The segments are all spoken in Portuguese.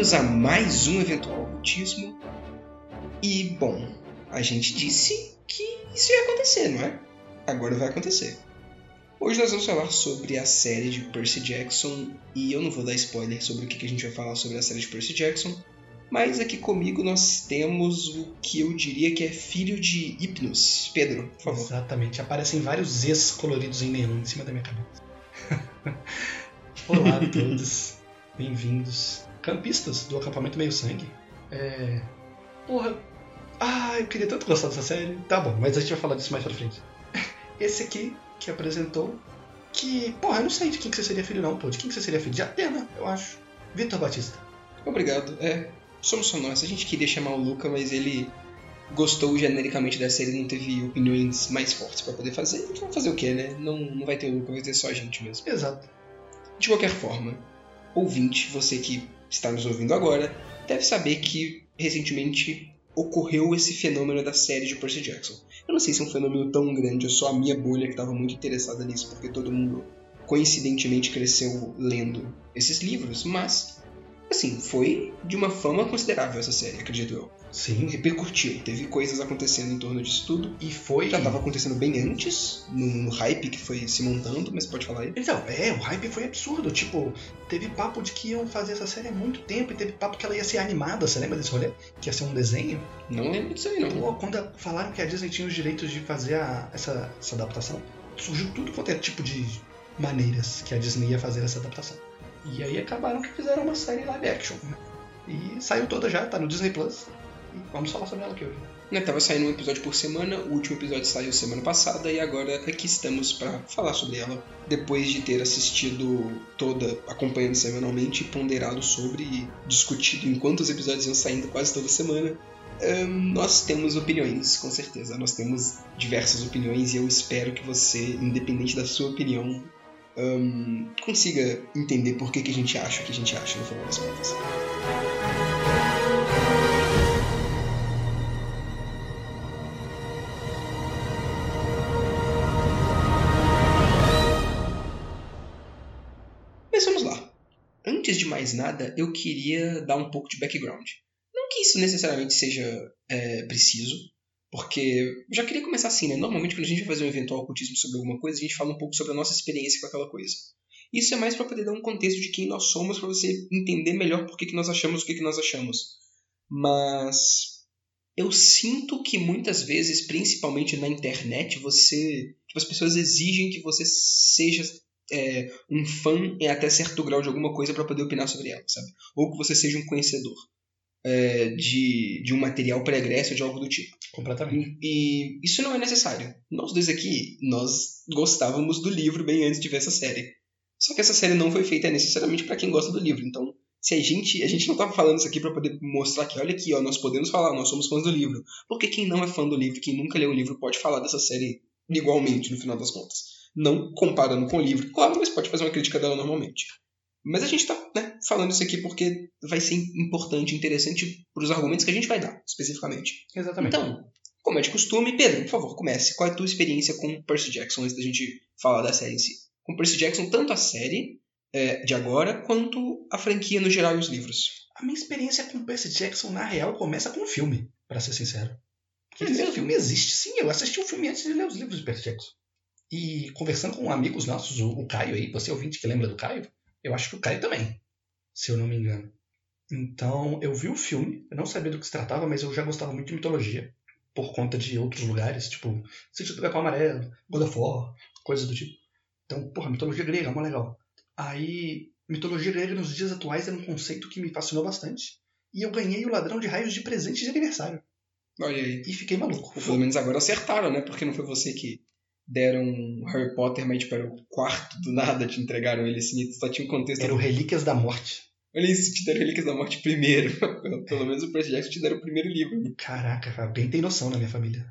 Bem-vindos a mais um eventual ocultismo. E, bom, a gente disse que isso ia acontecer, não é? Agora vai acontecer. Hoje nós vamos falar sobre a série de Percy Jackson, e eu não vou dar spoiler sobre o que a gente vai falar sobre a série de Percy Jackson, mas aqui comigo nós temos o que eu diria que é filho de Hypnos. Pedro, por favor. Exatamente, aparecem vários Zs coloridos em neon em cima da minha cabeça. Olá a todos, bem-vindos. Campistas do acampamento Meio Sangue. Porra, eu queria tanto gostar dessa série. Tá bom, mas a gente vai falar disso mais pra frente. Esse aqui, que apresentou, que, porra, eu não sei de quem que você seria filho não, pô. De quem que você seria filho? De Atena, eu acho. Vitor Batista. Obrigado. Somos só nós. A gente queria chamar o Luca, mas ele gostou genericamente da série e não teve opiniões mais fortes pra poder fazer. Então vamos fazer o quê, né? Não vai ter o Luca, vai ter só a gente mesmo. Exato. De qualquer forma, ouvinte, você que está nos ouvindo agora, deve saber que recentemente ocorreu esse fenômeno da série de Percy Jackson. Eu não sei se é um fenômeno tão grande, é só a minha bolha que estava muito interessada nisso, porque todo mundo coincidentemente cresceu lendo esses livros, mas, assim, foi de uma fama considerável essa série, acredito eu. Sim. Repercutiu, teve coisas acontecendo em torno disso tudo. E foi... Já estava acontecendo bem antes, no hype que foi se montando, mas pode falar aí. Então, o hype foi absurdo. Tipo, teve papo de que iam fazer essa série há muito tempo, e teve papo que ela ia ser animada, você lembra desse rolê? Que ia ser um desenho. Não lembro disso aí, não. Pô, quando falaram que a Disney tinha os direitos de fazer essa adaptação, surgiu tudo quanto é tipo de maneiras que a Disney ia fazer essa adaptação. E aí acabaram que fizeram uma série live action, né? E saiu toda já, tá no Disney Plus. Vamos falar sobre ela aqui hoje. Tava saindo um episódio por semana, o último episódio saiu semana passada e agora aqui estamos para falar sobre ela, depois de ter assistido toda, acompanhando semanalmente, ponderado sobre e discutido enquanto os episódios iam saindo quase toda semana. Nós temos opiniões, com certeza, nós temos diversas opiniões e eu espero que você, independente da sua opinião, consiga entender por que a gente acha o que a gente acha no final das contas. Mas vamos lá. Antes de mais nada, eu queria dar um pouco de background. Não que isso necessariamente seja preciso, porque eu já queria começar assim, né? Normalmente quando a gente vai fazer um eventual ocultismo sobre alguma coisa, a gente fala um pouco sobre a nossa experiência com aquela coisa. Isso é mais para poder dar um contexto de quem nós somos, para você entender melhor por que nós achamos o que nós achamos. Mas eu sinto que muitas vezes, principalmente na internet, as pessoas exigem que você seja um fã até certo grau de alguma coisa para poder opinar sobre ela, sabe? Ou que você seja um conhecedor de um material pregresso ou de algo do tipo. Completamente. E isso não é necessário. Nós dois aqui, nós gostávamos do livro bem antes de ver essa série. Só que essa série não foi feita necessariamente para quem gosta do livro. Então, se a gente não tava falando isso aqui para poder mostrar que, olha aqui, ó, nós podemos falar, nós somos fãs do livro. Porque quem não é fã do livro, quem nunca leu o livro, pode falar dessa série igualmente, no final das contas. Não comparando com o livro, claro, mas pode fazer uma crítica dela normalmente. Mas a gente tá falando isso aqui porque vai ser importante e interessante para os argumentos que a gente vai dar, especificamente. Exatamente. Então, como é de costume, Pedro, por favor, comece. Qual é a tua experiência com Percy Jackson antes da gente falar da série em si? Com Percy Jackson, tanto a série de agora, quanto a franquia no geral e os livros. A minha experiência com Percy Jackson, na real, começa com o filme, pra ser sincero. Porque mesmo? O filme existe, sim. Eu assisti o filme antes de ler os livros de Percy Jackson. E conversando com amigos nossos, o Caio aí, você ouvinte que lembra do Caio, eu acho que o Caio também, se eu não me engano. Então, eu vi o filme, eu não sabia do que se tratava, mas eu já gostava muito de mitologia, por conta de outros lugares, tipo Sítio do Dragão Amarelo, God of War, coisas do tipo. Então, porra, mitologia grega, mó legal. Aí, mitologia grega nos dias atuais era um conceito que me fascinou bastante. E eu ganhei o Ladrão de Raios de presente de aniversário. Olha aí. E fiquei maluco. Ou pelo menos agora acertaram, né? Porque não foi você que deram Harry Potter, mas tipo, era o quarto do nada, te entregaram ele assim, só tinha um contexto. Era o Relíquias da Morte. Olha isso, te deram Relíquias da Morte primeiro. Pelo menos o Percy Jackson te deram o primeiro livro. Caraca, alguém tem noção na minha família.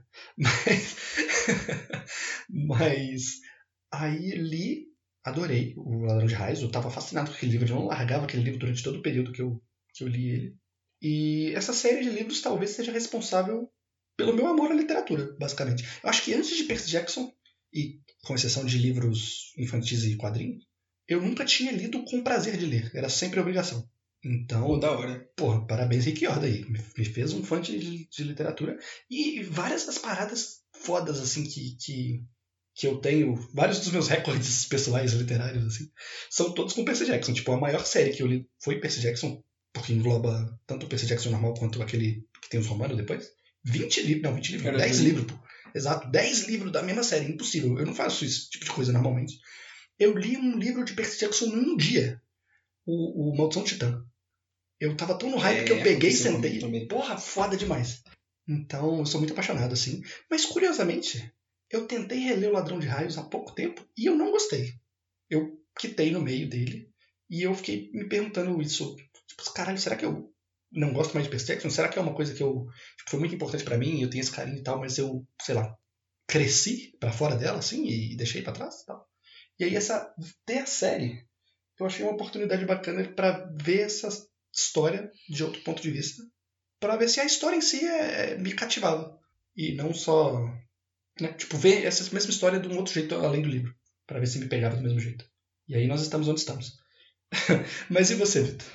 Mas aí li, adorei o Ladrão de Raios, eu tava fascinado com aquele livro, eu não largava aquele livro durante todo o período que eu li ele. E essa série de livros talvez seja responsável pelo meu amor à literatura, basicamente. Eu acho que antes de Percy Jackson, e com exceção de livros infantis e quadrinhos, eu nunca tinha lido com prazer de ler, era sempre obrigação. Então, Da hora. porra, parabéns Rick Riordan aí. Me fez um fã de literatura. E várias das paradas fodas, assim, que eu tenho, vários dos meus recordes pessoais literários, assim, são todos com Percy Jackson. Tipo, a maior série que eu li foi Percy Jackson, porque engloba tanto o Percy Jackson normal quanto aquele que tem os romanos depois. 20 livros, não, 20 livros, 10 livros, pô. Exato, 10 livros da mesma série, impossível. Eu não faço esse tipo de coisa normalmente. Eu li um livro de Percy Jackson num dia, o Maldição do Titã. Eu tava tão no hype que eu peguei e sentei. Porra, foda demais. Então, eu sou muito apaixonado, assim. Mas, curiosamente, eu tentei reler O Ladrão de Raios há pouco tempo e eu não gostei. Eu quitei no meio dele e eu fiquei me perguntando isso. Tipo, caralho, será que eu não gosto mais de Percy Jackson? Será que é uma coisa que eu tipo, foi muito importante pra mim, eu tenho esse carinho e tal, mas eu, sei lá, cresci pra fora dela, assim, e deixei pra trás e tal. E aí, ter a série, eu achei uma oportunidade bacana pra ver essa história de outro ponto de vista, pra ver se a história em si me cativava. E não só, né, tipo, ver essa mesma história de um outro jeito além do livro, pra ver se me pegava do mesmo jeito. E aí nós estamos onde estamos. Mas e você, Vitor?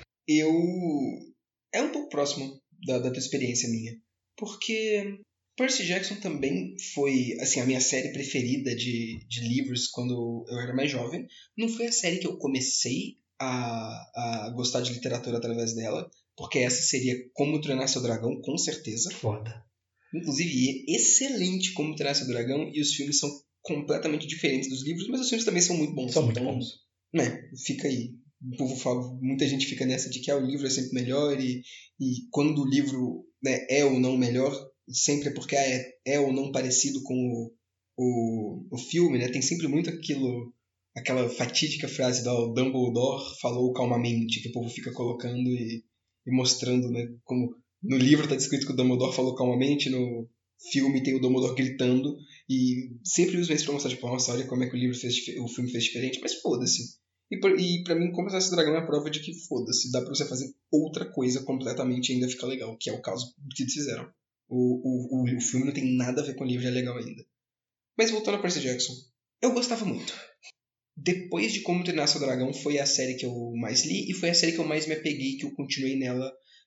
É um pouco próximo da tua experiência minha. Porque Percy Jackson também foi, assim, a minha série preferida de livros quando eu era mais jovem. Não foi a série que eu comecei a gostar de literatura através dela, porque essa seria Como Treinar Seu Dragão, com certeza. Foda. Inclusive, é excelente Como Treinar Seu Dragão, e os filmes são completamente diferentes dos livros, mas os filmes também são muito bons. São muito bons. Né, fica aí. O povo fala, muita gente fica nessa de que o livro é sempre melhor e quando o livro, né, é ou não melhor, sempre é porque é ou não parecido com o filme, né? Tem sempre muito aquela fatídica frase do Dumbledore falou calmamente, que o povo fica colocando e mostrando, né? Como no livro está descrito que o Dumbledore falou calmamente, no filme tem o Dumbledore gritando, e sempre uso isso pra mostrar, tipo, nossa, olha como é que o filme fez diferente, mas foda-se. E pra mim, Como Treinar Seu Dragão é a prova de que, foda-se, dá pra você fazer outra coisa completamente e ainda fica legal, que é o caso que eles fizeram. O filme não tem nada a ver com o livro e é legal ainda. Mas voltando a Percy Jackson, eu gostava muito. Depois de Como Treinar Seu Dragão foi a série que eu mais li e foi a série que eu mais me apeguei, que eu continuei nela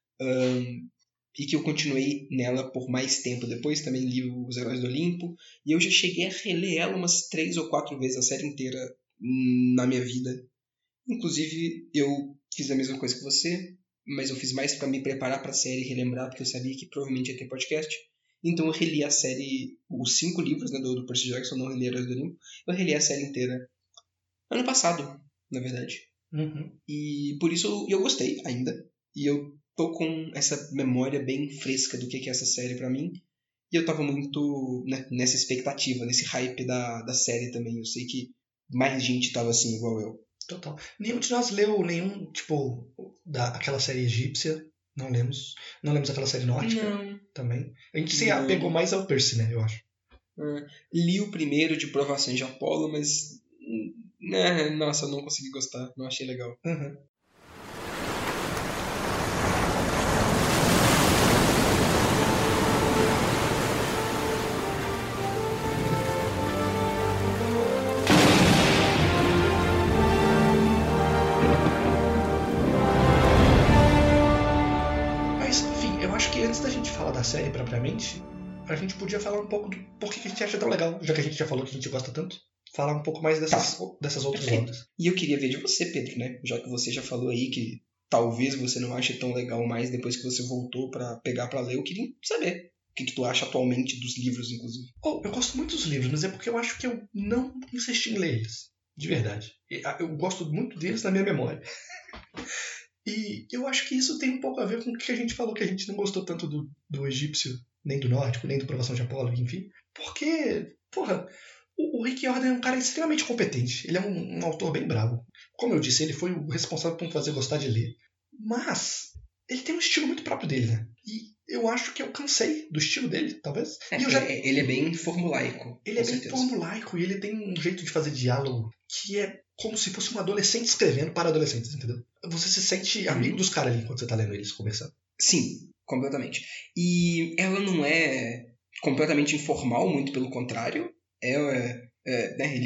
e que eu continuei nela por mais tempo. Depois também li Os Heróis do Olimpo e eu já cheguei a reler ela umas 3 ou 4 vezes, a série inteira, na minha vida. Inclusive, eu fiz a mesma coisa que você, mas eu fiz mais pra me preparar pra série e relembrar, porque eu sabia que provavelmente ia ter podcast. Então eu reli a série, os 5 livros, né, do Percy Jackson, não reli Heróis do Olimpo. Eu reli a série inteira ano passado, na verdade. Uhum. E por isso eu gostei ainda. E eu tô com essa memória bem fresca do que é essa série pra mim. E eu tava muito, né, nessa expectativa, nesse hype da série também. Eu sei que mais gente tava assim, igual eu. Total. Nenhum de nós leu nenhum, tipo, aquela série egípcia. Não lemos. Não lemos aquela série nórdica Não. também. A gente se apegou mais ao Percy, né, eu acho. Li o primeiro de Provações de Apolo, mas né, nossa, eu não consegui gostar. Não achei legal. Uhum. Mas, enfim, eu acho que antes da gente falar da série propriamente, a gente podia falar um pouco do porquê que a gente acha tão legal, já que a gente já falou que a gente gosta tanto. Falar um pouco mais dessas outras obras. E eu queria ver de você, Pedro, né? Já que você já falou aí que talvez você não ache tão legal mais depois que você voltou pra pegar pra ler, eu queria saber o que tu acha atualmente dos livros, inclusive. Eu gosto muito dos livros, mas é porque eu acho que eu não insisti em ler eles. De verdade. Eu gosto muito deles na minha memória. E eu acho que isso tem um pouco a ver com o que a gente falou, que a gente não gostou tanto do egípcio, nem do nórdico, nem do Provação de Apolo, enfim. Porque, porra, o Rick Riordan é um cara extremamente competente. Ele é um autor bem bravo. Como eu disse, ele foi o responsável por me fazer gostar de ler. Mas ele tem um estilo muito próprio dele, né? E eu acho que eu cansei do estilo dele, talvez. Ele é bem formulaico. Ele é bem formulaico e ele tem um jeito de fazer diálogo que é como se fosse um adolescente escrevendo para adolescentes, entendeu? Você se sente amigo dos caras ali quando você tá lendo eles conversando. Sim, completamente. E ela não é completamente informal, muito pelo contrário. Né, ele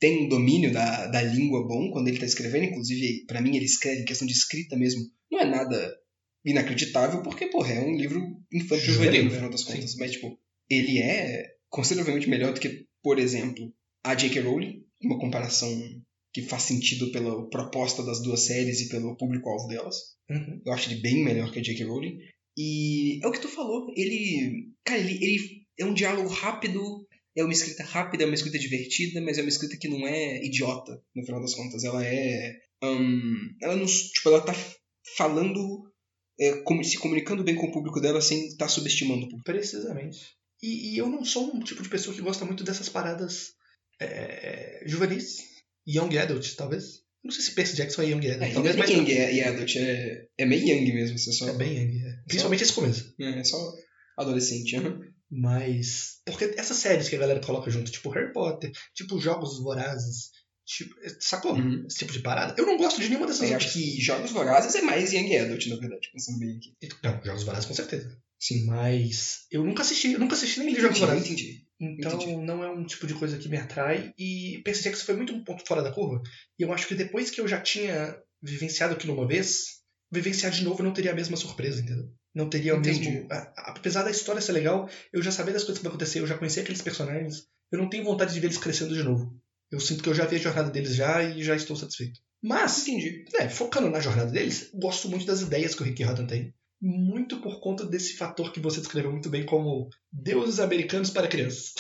tem um domínio da língua bom quando ele tá escrevendo. Inclusive, pra mim, ele escreve em questão de escrita mesmo. Não é nada inacreditável, porque, porra, é um livro infantil-juvenil, no final das contas. Sim. Mas, tipo, ele é consideravelmente melhor do que, por exemplo, a J.K. Rowling. Uma comparação que faz sentido pela proposta das duas séries e pelo público-alvo delas. Uhum. Eu acho ele bem melhor que a J.K. Rowling. E é o que tu falou. Ele é um diálogo rápido, é uma escrita rápida, é uma escrita divertida, mas é uma escrita que não é idiota, no final das contas. Ela é... ela não... Tipo, ela tá falando... se comunicando bem com o público dela sem estar subestimando o público. Precisamente. E eu não sou um tipo de pessoa que gosta muito dessas paradas juvenis. Young Adult, talvez. Não sei se Percy Jackson é Young Adult. Talvez mais Young e Adult. É meio Young mesmo. Só... É bem Young, principalmente esse começo. É só adolescente. Mas... Porque essas séries que a galera coloca junto, tipo Harry Potter, tipo Jogos Vorazes... Tipo, sacou? Uhum. Esse tipo de parada. Eu não gosto de nenhuma dessas outras. Eu acho que Jogos Vorazes é mais Young Adult, na verdade, pensando bem aqui. Não, Jogos Vorazes com certeza. Sim. Mas eu nunca assisti nem li Jogos Vorazes. Entendi. Então não é um tipo de coisa que me atrai. E Percy Jackson foi muito um ponto fora da curva. E eu acho que depois que eu já tinha vivenciado aquilo uma vez, vivenciar de novo não teria a mesma surpresa, entendeu? Não teria o mesmo... Apesar da história ser legal, eu já sabia das coisas que vão acontecer, eu já conhecia aqueles personagens. Eu não tenho vontade de ver eles crescendo de novo. Eu sinto que eu já vi a jornada deles já e já estou satisfeito. Mas, focando na jornada deles, gosto muito das ideias que o Rick Riordan tem. Muito por conta desse fator que você descreveu muito bem como deuses americanos para crianças.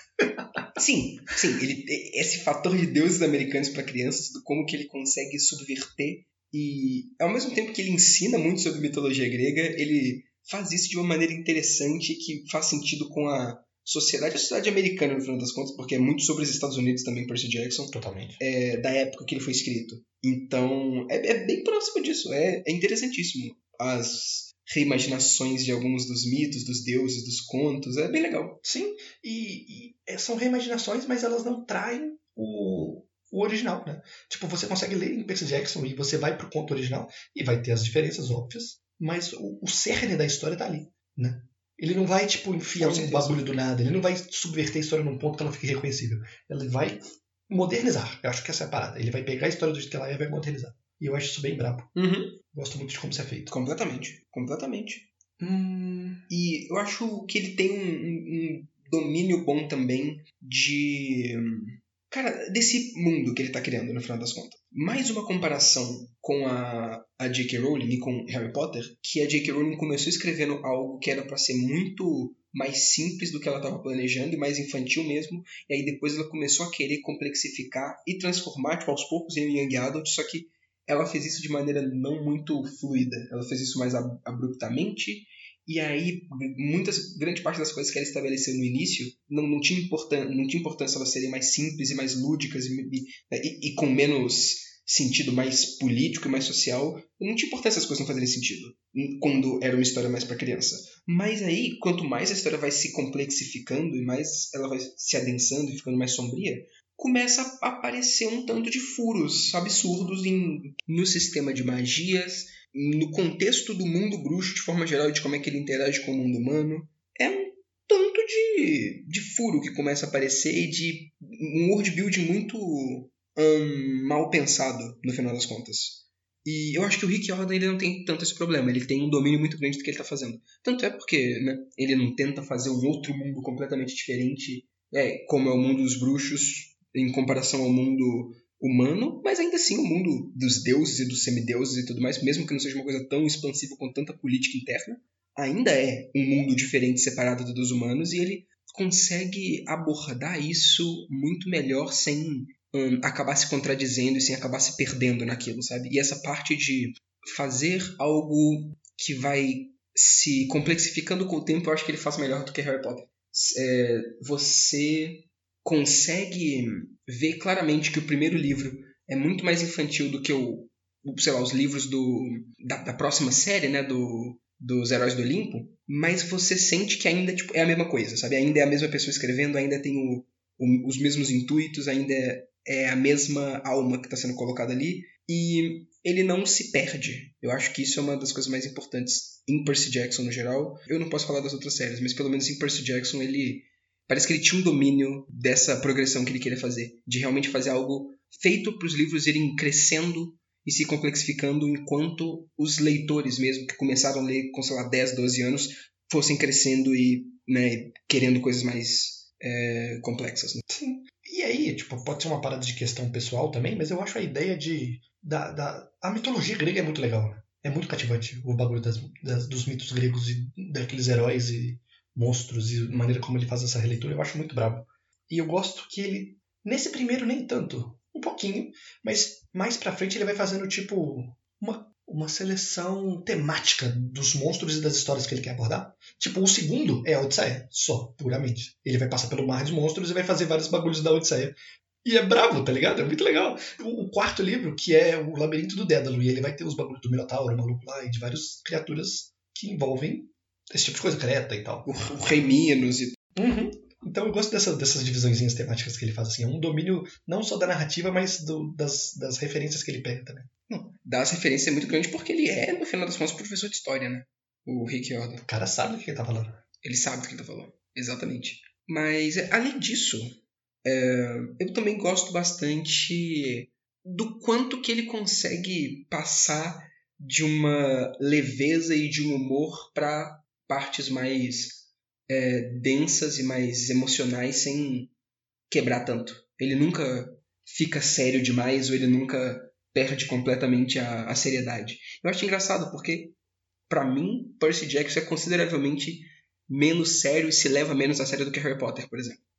Sim. Esse fator de deuses americanos para crianças, como que ele consegue subverter e, ao mesmo tempo que ele ensina muito sobre mitologia grega, ele faz isso de uma maneira interessante que faz sentido com a sociedade americana, no final das contas, porque é muito sobre os Estados Unidos também, Percy Jackson. Totalmente. Da época que ele foi escrito. Então, é bem próximo disso. É interessantíssimo. As reimaginações de alguns dos mitos, dos deuses, dos contos. É bem legal. Sim, e são reimaginações, mas elas não traem o original, né? Tipo, você consegue ler em Percy Jackson e você vai pro conto original e vai ter as diferenças óbvias, mas o cerne da história tá ali, né? Ele não vai, tipo, enfiar um bagulho do nada. Ele não vai subverter a história num ponto que ela fique reconhecível. Ele vai modernizar. Eu acho que essa é a parada. Ele vai pegar a história do jeito que ela é e vai modernizar. E eu acho isso bem brabo. Uhum. Gosto muito de como isso é feito. Completamente. E eu acho que ele tem um domínio bom também desse mundo que ele tá criando, no final das contas. Mais uma comparação com a J.K. Rowling e com Harry Potter, que a J.K. Rowling começou escrevendo algo que era para ser muito mais simples do que ela estava planejando e mais infantil mesmo, e aí depois ela começou a querer complexificar e transformar, tipo, aos poucos em Young Adult, só que ela fez isso de maneira não muito fluida. Ela fez isso mais abruptamente. E aí, grande parte das coisas que ela estabeleceu no início não tinha importância elas serem mais simples e mais lúdicas e com menos sentido mais político e mais social. Não tinha importância as coisas não fazerem sentido quando era uma história mais para criança. Mas aí, quanto mais a história vai se complexificando e mais ela vai se adensando e ficando mais sombria, começa a aparecer um tanto de furos absurdos no sistema de magias, no contexto do mundo bruxo de forma geral e de como é que ele interage com o mundo humano. É um tanto de furo que começa a aparecer e de um world building muito mal pensado, no final das contas. E eu acho que o Rick Riordan ainda não tem tanto esse problema. Ele tem um domínio muito grande do que ele está fazendo. Tanto é porque, né, ele não tenta fazer um outro mundo completamente diferente, como é o mundo dos bruxos, em comparação ao mundo humano, mas ainda assim o mundo dos deuses e dos semideuses e tudo mais, mesmo que não seja uma coisa tão expansiva com tanta política interna, ainda é um mundo diferente, separado dos humanos, e ele consegue abordar isso muito melhor sem acabar se contradizendo e sem acabar se perdendo naquilo, sabe? E essa parte de fazer algo que vai se complexificando com o tempo, eu acho que ele faz melhor do que Harry Potter. Você consegue ver claramente que o primeiro livro é muito mais infantil do que os livros da próxima série, né, dos Heróis do Olimpo, mas você sente que ainda é a mesma coisa, sabe? Ainda é a mesma pessoa escrevendo, ainda tem os mesmos intuitos, ainda é a mesma alma que está sendo colocada ali, e ele não se perde. Eu acho que isso é uma das coisas mais importantes em Percy Jackson no geral. Eu não posso falar das outras séries, mas pelo menos em Percy Jackson ele Parece que ele tinha um domínio dessa progressão que ele queria fazer, de realmente fazer algo feito para os livros irem crescendo e se complexificando enquanto os leitores mesmo, que começaram a ler com, sei lá, 10, 12 anos, fossem crescendo e, né, querendo coisas mais complexas. Né? Sim. E aí, tipo, pode ser uma parada de questão pessoal também, mas eu acho a ideia a mitologia grega é muito legal, né? É muito cativante o bagulho dos mitos gregos e daqueles heróis e monstros e a maneira como ele faz essa releitura, eu acho muito brabo. E eu gosto que ele, nesse primeiro nem tanto, um pouquinho, mas mais pra frente ele vai fazendo tipo uma seleção temática dos monstros e das histórias que ele quer abordar. Tipo, o segundo é a Odisseia, só, puramente. Ele vai passar pelo mar de monstros e vai fazer vários bagulhos da Odisseia. E é brabo, tá ligado? É muito legal. O quarto livro, que é o Labirinto do Dédalo, e ele vai ter os bagulhos do Minotauro, o maluco lá, e de várias criaturas que envolvem esse tipo de coisa, Creta e tal. O Rei Minos e... Uhum. Então eu gosto dessas divisõezinhas temáticas que ele faz, assim. É um domínio não só da narrativa, mas das referências que ele pega também. Não, das referências é muito grande porque ele é, no final das contas, professor de história, né? O Rick Riordan. O cara sabe do que ele tá falando. Ele sabe do que ele tá falando. Exatamente. Mas, além disso, eu também gosto bastante do quanto que ele consegue passar de uma leveza e de um humor para partes mais densas e mais emocionais sem quebrar tanto. Ele nunca fica sério demais ou ele nunca perde completamente a seriedade. Eu acho engraçado porque, pra mim, Percy Jackson é consideravelmente menos sério e se leva menos a sério do que Harry Potter, por exemplo.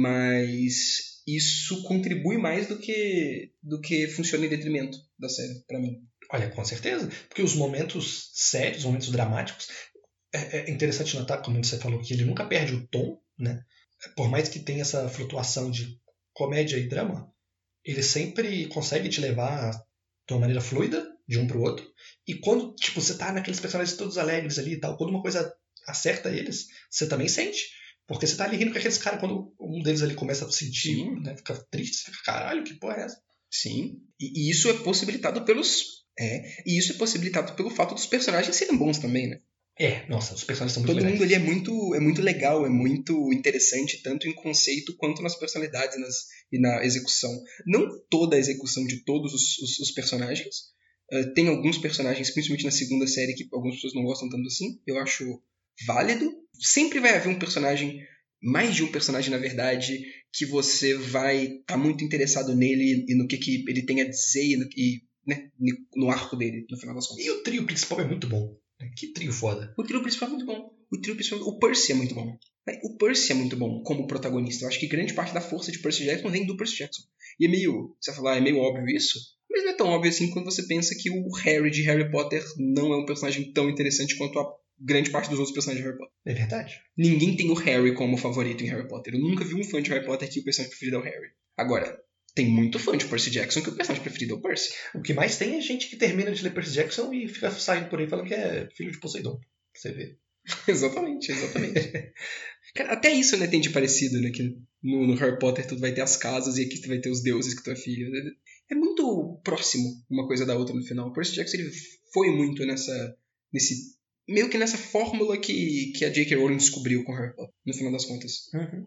Mas isso contribui mais do que funciona em detrimento da série, pra mim. Olha, com certeza. Porque os momentos sérios, os momentos dramáticos, é interessante notar, como você falou, que ele nunca perde o tom, né? Por mais que tenha essa flutuação de comédia e drama, ele sempre consegue te levar de uma maneira fluida, de um pro outro. E quando, tipo, você tá naqueles personagens todos alegres ali e tal, quando uma coisa acerta eles, você também sente. Porque você tá ali rindo com aqueles caras, quando um deles ali começa a sentir, né, fica triste, você fica, caralho, que porra é essa? Sim. E isso é possibilitado e isso é possibilitado pelo fato dos personagens serem bons também, né? Nossa, os personagens são muito legais. Todo mundo ali é muito legal, é muito interessante, tanto em conceito quanto nas personalidades e na execução. Não toda a execução de todos os personagens. Tem alguns personagens, principalmente na segunda série, que algumas pessoas não gostam tanto assim. Eu acho válido. Sempre vai haver um personagem, mais de um personagem, na verdade, que você vai estar muito interessado nele e no que ele tem a dizer né, no arco dele, no final das contas. E o trio principal é muito bom. Que trio foda. O trio principal é muito bom. O Percy é muito bom. O Percy é muito bom como protagonista. Eu acho que grande parte da força de Percy Jackson vem do Percy Jackson. E você vai falar, é meio óbvio isso? Mas não é tão óbvio assim quando você pensa que o Harry de Harry Potter não é um personagem tão interessante quanto a grande parte dos outros personagens de Harry Potter. É verdade. Ninguém tem o Harry como favorito em Harry Potter. Eu nunca vi um fã de Harry Potter que o personagem preferido é o Harry. Agora, tem muito fã de Percy Jackson que o personagem preferido é o Percy. O que mais tem é gente que termina de ler Percy Jackson e fica saindo por aí falando que é filho de Poseidon. Você vê. Exatamente. Cara, até isso, né, tem de parecido, né? Que no Harry Potter tudo vai ter as casas e aqui tu vai ter os deuses que tu é filho. É muito próximo uma coisa da outra no final. O Percy Jackson ele foi muito meio que nessa fórmula que a J.K. Rowling descobriu com Harry Potter, no final das contas. Uhum.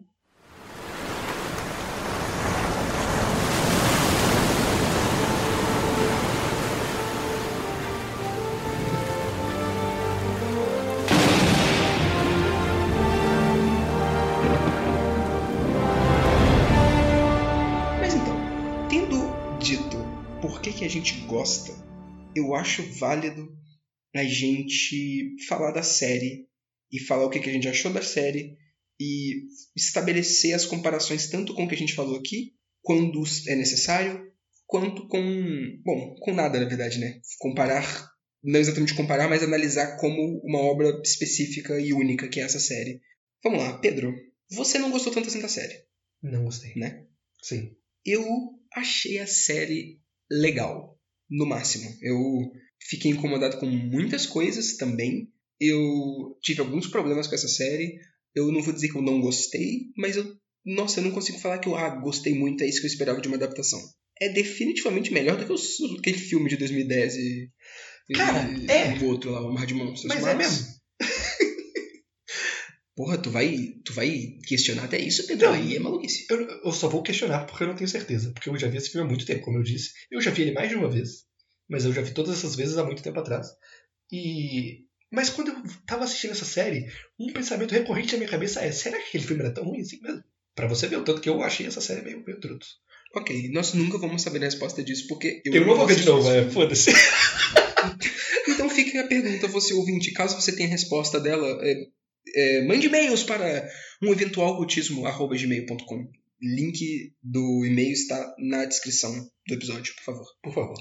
Que a gente gosta, eu acho válido a gente falar da série e falar o que a gente achou da série e estabelecer as comparações tanto com o que a gente falou aqui, quando é necessário, quanto com nada, na verdade, né? Comparar, não exatamente comparar, mas analisar como uma obra específica e única que é essa série. Vamos lá, Pedro, você não gostou tanto assim da série? Não gostei. Né? Sim. Eu achei a série legal, no máximo. Eu fiquei incomodado com muitas coisas também. Eu tive alguns problemas com essa série. Eu não vou dizer que eu não gostei, mas eu não consigo falar que eu gostei muito, é isso que eu esperava de uma adaptação. É definitivamente melhor do que aquele filme de 2010 Cara, o outro lá, o Mar de Monstros. Mas é mesmo. Porra, tu vai questionar até isso, Pedro? Não. Aí é maluquice. Eu só vou questionar porque eu não tenho certeza. Porque eu já vi esse filme há muito tempo, como eu disse. Eu já vi ele mais de uma vez. Mas eu já vi todas essas vezes há muito tempo atrás. Mas quando eu tava assistindo essa série, um pensamento recorrente na minha cabeça é: será que aquele filme era tão ruim assim mesmo? Pra você ver o tanto que eu achei essa série meio truto. Ok, nós nunca vamos saber a resposta disso, porque Eu não vou ver de novo, foda-se. Então fica a pergunta, você ouvinte, caso você tenha a resposta dela, mande e-mails para umeventualrotismo@gmail.com. Link do e-mail está na descrição do episódio, por favor. Por favor.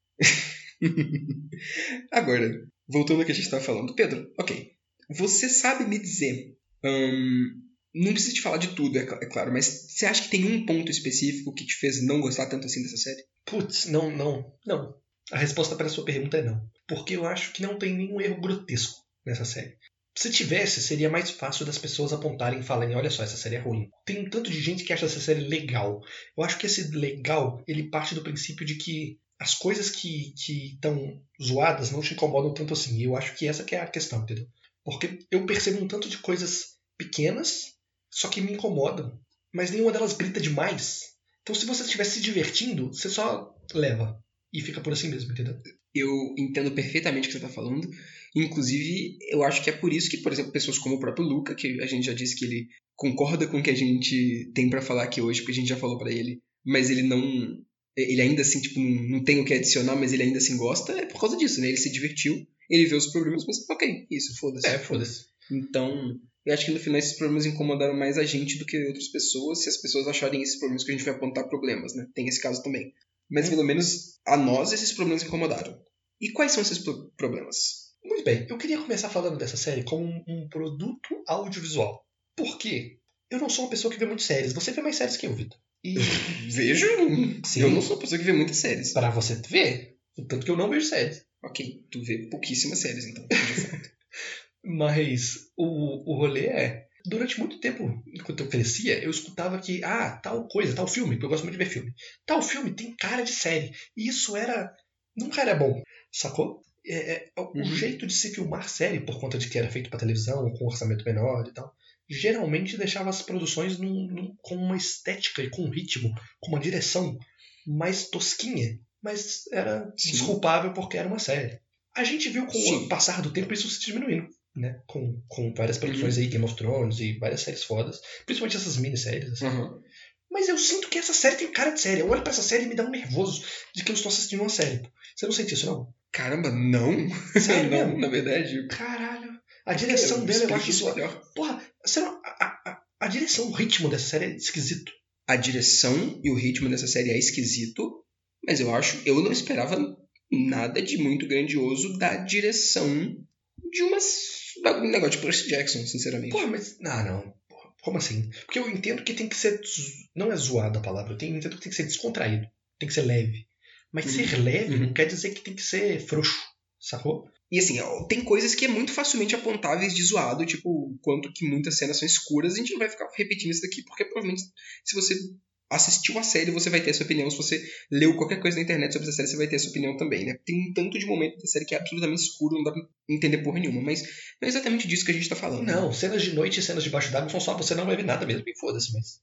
Agora, voltando ao que a gente estava falando. Pedro, ok. Você sabe me dizer... não precisa te falar de tudo, é claro, mas você acha que tem um ponto específico que te fez não gostar tanto assim dessa série? Putz, não. A resposta para a sua pergunta é não. Porque eu acho que não tem nenhum erro grotesco nessa série. Se tivesse, seria mais fácil das pessoas apontarem e falarem: olha só, essa série é ruim. Tem um tanto de gente que acha essa série legal. Eu acho que esse legal, ele parte do princípio de que as coisas que estão zoadas não te incomodam tanto assim. E eu acho que essa que é a questão, entendeu? Porque eu percebo um tanto de coisas pequenas, só que me incomodam. Mas nenhuma delas grita demais. Então se você estiver se divertindo, você só leva. E fica por assim mesmo, entendeu? Eu entendo perfeitamente o que você está falando. Inclusive, eu acho que é por isso que, por exemplo, pessoas como o próprio Luca, que a gente já disse que ele concorda com o que a gente tem pra falar aqui hoje, porque a gente já falou pra ele, mas ele não... Ele ainda assim, tipo, não tem o que adicionar, mas ele ainda assim gosta, é por causa disso, né? Ele se divertiu, ele vê os problemas, mas ok, isso, foda-se. Foda-se. Então, eu acho que no final esses problemas incomodaram mais a gente do que outras pessoas, se as pessoas acharem esses problemas que a gente vai apontar problemas, né? Tem esse caso também. Mas pelo menos a nós esses problemas incomodaram. E quais são esses problemas? Muito bem, eu queria começar falando dessa série como um produto audiovisual. Por quê? Eu não sou uma pessoa que vê muitas séries. Você vê mais séries que eu, Vitor. E vejo? Sim. Eu não sou uma pessoa que vê muitas séries. Para você ver, tanto que eu não vejo séries. Ok, tu vê pouquíssimas séries, então, de fato. Mas o rolê é... Durante muito tempo, enquanto eu crescia, eu escutava que, tal coisa, tal filme, porque eu gosto muito de ver filme. Tal filme tem cara de série. E isso nunca era bom, sacou? O jeito de se filmar série, por conta de que era feito para televisão, com um orçamento menor e tal, geralmente deixava as produções com uma estética e com um ritmo, com uma direção mais tosquinha, mas era desculpável porque era uma série. A gente viu com o passar do tempo isso se diminuindo, né? Com várias produções aí, Game of Thrones e várias séries fodas, principalmente essas minisséries, assim. Mas eu sinto que essa série tem cara de série. Eu olho pra essa série e me dá um nervoso de que eu estou assistindo uma série. Você não sente isso, não? Caramba, não? Sério não, mesmo? Na verdade. Caralho. A direção dela eu acho isso melhor. Porra, a direção, o ritmo dessa série é esquisito. A direção e o ritmo dessa série é esquisito, mas eu não esperava nada de muito grandioso da direção de um negócio de Percy Jackson, sinceramente. Porra, mas... não. Como assim? Porque eu entendo que tem que ser... Não é zoada a palavra. Eu entendo que tem que ser descontraído. Tem que ser leve. Mas ser leve não quer dizer que tem que ser frouxo. Sacou? E assim, tem coisas que é muito facilmente apontáveis de zoado, tipo, quanto que muitas cenas são escuras, a gente não vai ficar repetindo isso daqui, porque provavelmente se você assistiu a série, você vai ter a sua opinião. Se você leu qualquer coisa na internet sobre essa série, você vai ter a sua opinião também, né? Tem um tanto de momento da série que é absolutamente escuro, não dá pra entender porra nenhuma, mas não é exatamente disso que a gente tá falando. Não, né? Cenas de noite e cenas debaixo d'água são só você não vai ver nada mesmo, e foda-se, mas...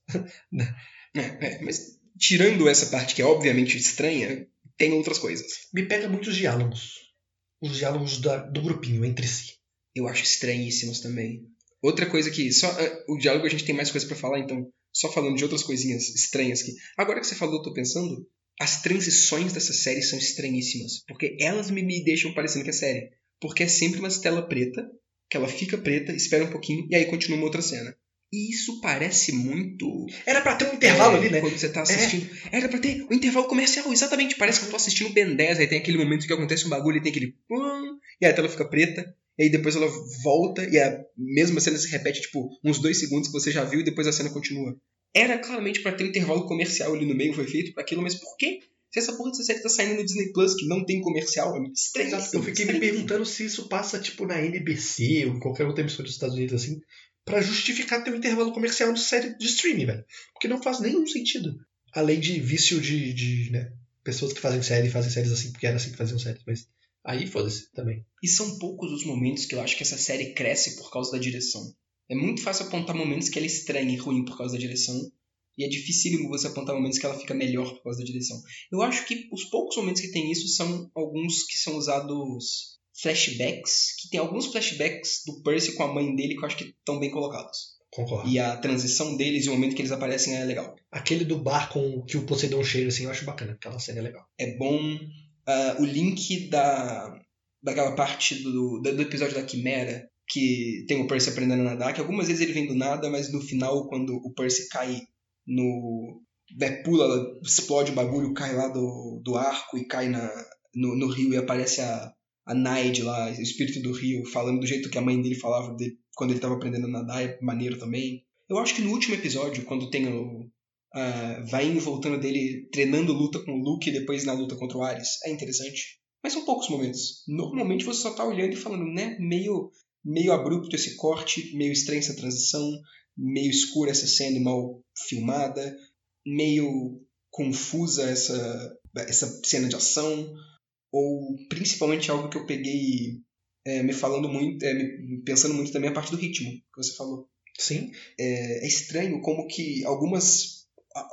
mas tirando essa parte que é obviamente estranha, tem outras coisas. Me pega muito os diálogos. Os diálogos do grupinho entre si. Eu acho estranhíssimos também. Outra coisa que... só o diálogo a gente tem mais coisa pra falar, então... Só falando de outras coisinhas estranhas que... Agora que você falou, eu tô pensando... As transições dessa série são estranhíssimas. Porque elas me deixam parecendo que é série. Porque é sempre uma tela preta, que ela fica preta, espera um pouquinho, e aí continua uma outra cena. E isso parece muito... Era pra ter um intervalo ali, né? Quando você tá assistindo... Era pra ter um intervalo comercial, exatamente. Parece que eu tô assistindo o Ben 10, aí tem aquele momento que acontece um bagulho e tem aquele... E aí a tela fica preta. E aí depois ela volta e a mesma cena se repete, tipo, uns 2 segundos que você já viu e depois a cena continua. Era claramente pra ter um intervalo comercial ali no meio, foi feito pra aquilo, mas por quê? Se essa porra dessa série tá saindo no Disney Plus, que não tem comercial, é estranho. Eu fiquei me perguntando se isso passa, tipo, na NBC ou qualquer outra emissora dos Estados Unidos, assim, pra justificar ter um intervalo comercial de série de streaming, velho. Porque não faz nenhum sentido. Além de vício de né, pessoas que fazem séries assim, porque era assim que faziam séries, mas... Aí foda-se também. E são poucos os momentos que eu acho que essa série cresce por causa da direção. É muito fácil apontar momentos que ela é estranha e ruim por causa da direção. E é dificílimo você apontar momentos que ela fica melhor por causa da direção. Eu acho que os poucos momentos que tem isso são alguns que são usados flashbacks. Que tem alguns flashbacks do Percy com a mãe dele que eu acho que estão bem colocados. Concordo. E a transição deles e o momento que eles aparecem é legal. Aquele do bar com que o Poseidon cheira, assim, eu acho bacana. Aquela cena é legal. É bom. O link daquela parte do episódio da Quimera, que tem o Percy aprendendo a nadar, que algumas vezes ele vem do nada, mas no final, quando o Percy cai pula, explode o bagulho, cai lá do arco e cai no rio e aparece a Naid lá, o espírito do rio, falando do jeito que a mãe dele falava dele, quando ele estava aprendendo a nadar, é maneiro também. Eu acho que no último episódio, quando tem vai indo e voltando dele treinando luta com o Luke e depois na luta contra o Ares, é interessante. Mas são poucos momentos. Normalmente você só tá olhando e falando, né, meio abrupto esse corte, meio estranha essa transição, meio escura essa cena e mal filmada, meio confusa essa cena de ação, ou principalmente algo que eu peguei me falando muito, pensando muito também a parte do ritmo que você falou. Sim. É estranho como que algumas...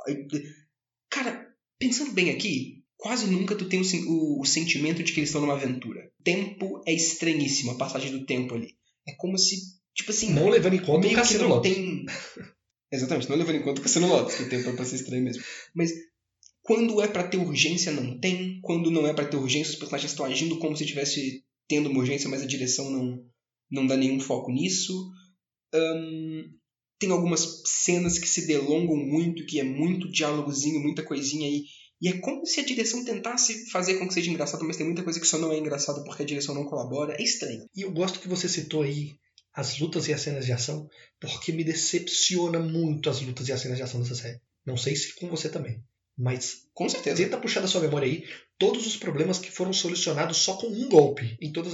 Cara, pensando bem aqui, quase nunca tu tem o sentimento de que eles estão numa aventura. O tempo é estranhíssimo, a passagem do tempo ali. É como se, tipo assim... Não levando em conta o Cassino Lotus. Exatamente, não levando em conta o Cassino Lotus, que o tempo é pra ser estranho mesmo. Mas quando é pra ter urgência, não tem. Quando não é pra ter urgência, os personagens estão agindo como se estivesse tendo uma urgência, mas a direção não dá nenhum foco nisso. Tem algumas cenas que se delongam muito, que é muito diálogozinho, muita coisinha aí. E é como se a direção tentasse fazer com que seja engraçado, mas tem muita coisa que só não é engraçado porque a direção não colabora. É estranho. E eu gosto que você citou aí as lutas e as cenas de ação, porque me decepciona muito as lutas e as cenas de ação dessa série. Não sei se com você também, mas com certeza. Tenta puxar da sua memória aí todos os problemas que foram solucionados só com um golpe em todas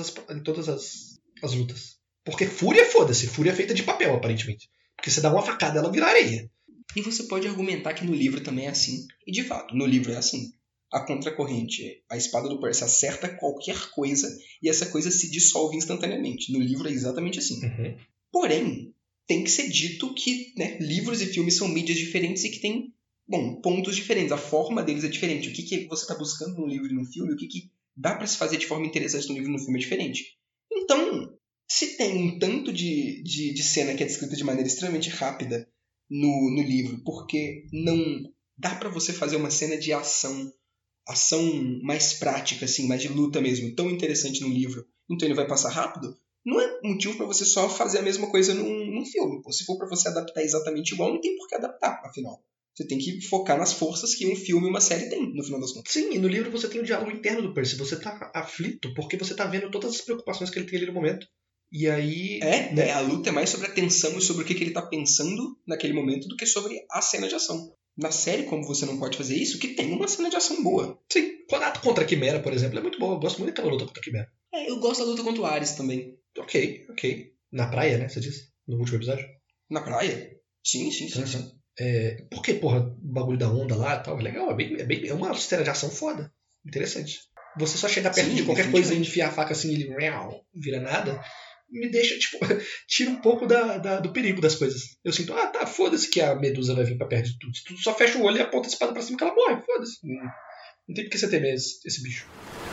as lutas. Porque Fúria, foda-se, Fúria é feita de papel, aparentemente. Porque você dá uma facada, ela vira areia. E você pode argumentar que no livro também é assim. E de fato, no livro é assim. A contracorrente, a espada do Percy acerta qualquer coisa e essa coisa se dissolve instantaneamente. No livro é exatamente assim. Uhum. Porém, tem que ser dito que, né, livros e filmes são mídias diferentes e que têm, pontos diferentes. A forma deles é diferente. O que você está buscando no livro e no filme, o que dá para se fazer de forma interessante no livro e no filme é diferente. Então, se tem um tanto de cena que é descrita de maneira extremamente rápida no livro, porque não dá para você fazer uma cena de ação mais prática, assim, mais de luta mesmo, tão interessante no livro, então ele vai passar rápido, não é motivo para você só fazer a mesma coisa num filme. Pô. Se for para você adaptar exatamente igual, não tem por que adaptar, afinal. Você tem que focar nas forças que um filme e uma série tem, no final das contas. Sim, e no livro você tem o diálogo interno do Percy. Você tá aflito porque você tá vendo todas as preocupações que ele tem ali no momento. E aí... A luta é mais sobre a tensão e sobre o que ele tá pensando naquele momento do que sobre a cena de ação. Na série, como você não pode fazer isso, que tem uma cena de ação boa. Sim, a contra a Quimera, por exemplo, é muito boa. Eu gosto muito daquela luta contra a Quimera. Eu gosto da luta contra o Ares também. Ok. Na praia, né, você disse? No último episódio? Na praia? Sim. Porque, porra, o bagulho da onda lá e tal, é legal. É uma cena de ação foda. Interessante. Você só chegar perto de qualquer coisa e enfiar a faca assim e ele vira nada, me deixa, tipo, tira um pouco do perigo das coisas. Eu sinto, tá, foda-se que a Medusa vai vir pra perto de tudo. Tu só fecha o olho e aponta a espada pra cima que ela morre, foda-se. Não tem por que você temer esse bicho.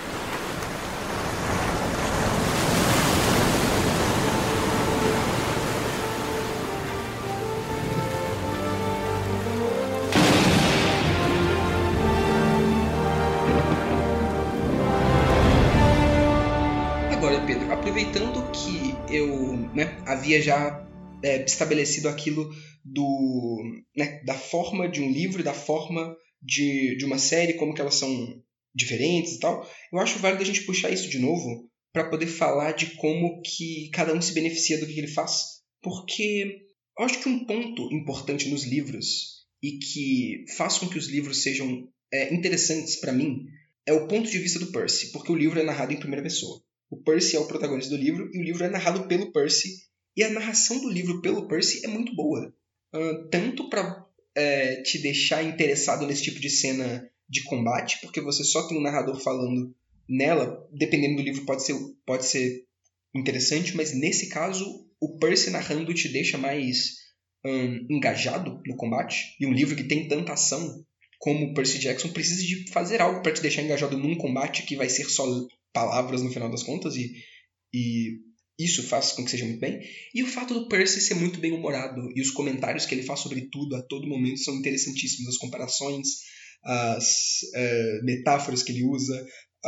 Pedro, aproveitando que eu havia já estabelecido aquilo da forma de um livro e da forma de uma série, como que elas são diferentes e tal, eu acho válido a gente puxar isso de novo para poder falar de como que cada um se beneficia do que ele faz. Porque eu acho que um ponto importante nos livros e que faz com que os livros sejam interessantes para mim é o ponto de vista do Percy, porque o livro é narrado em primeira pessoa. O Percy é o protagonista do livro e o livro é narrado pelo Percy. E a narração do livro pelo Percy é muito boa. Tanto para te deixar interessado nesse tipo de cena de combate, porque você só tem um narrador falando nela. Dependendo do livro, pode ser interessante, mas nesse caso, o Percy narrando te deixa mais engajado no combate. E um livro que tem tanta ação como o Percy Jackson precisa de fazer algo para te deixar engajado num combate que vai ser só palavras no final das contas, e isso faz com que seja muito bem. E o fato do Percy ser muito bem humorado e os comentários que ele faz sobre tudo a todo momento são interessantíssimos. As comparações, as metáforas que ele usa,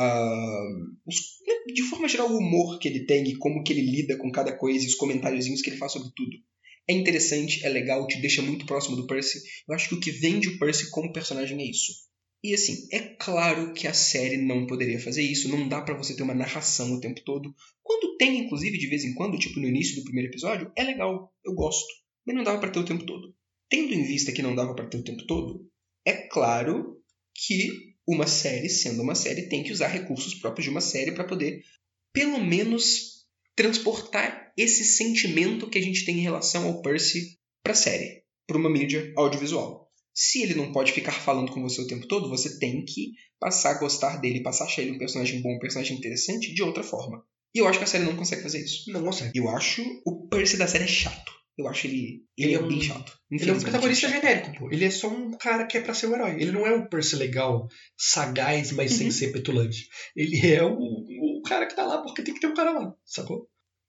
de forma geral o humor que ele tem e como que ele lida com cada coisa e os comentáriozinhos que ele faz sobre tudo. É interessante, é legal, te deixa muito próximo do Percy. Eu acho que o que vende o Percy como personagem é isso. E assim, é claro que a série não poderia fazer isso, não dá pra você ter uma narração o tempo todo. Quando tem, inclusive, de vez em quando, tipo no início do primeiro episódio, é legal, eu gosto. Mas não dava pra ter o tempo todo. Tendo em vista que não dava pra ter o tempo todo, é claro que uma série, sendo uma série, tem que usar recursos próprios de uma série pra poder, pelo menos, transportar esse sentimento que a gente tem em relação ao Percy pra série, pra uma mídia audiovisual. Se ele não pode ficar falando com você o tempo todo, você tem que passar a gostar dele, passar a achar ele um personagem bom, um personagem interessante de outra forma. E eu acho que a série não consegue fazer isso. Não consegue. Eu acho o Percy da série chato. Eu acho ele é bem chato. Ele é um protagonista genérico, pô. Ele é só um cara que é pra ser um herói. Ele não é um Percy legal, sagaz, mas sem ser petulante. Ele é o cara que tá lá porque tem que ter um cara lá, sacou?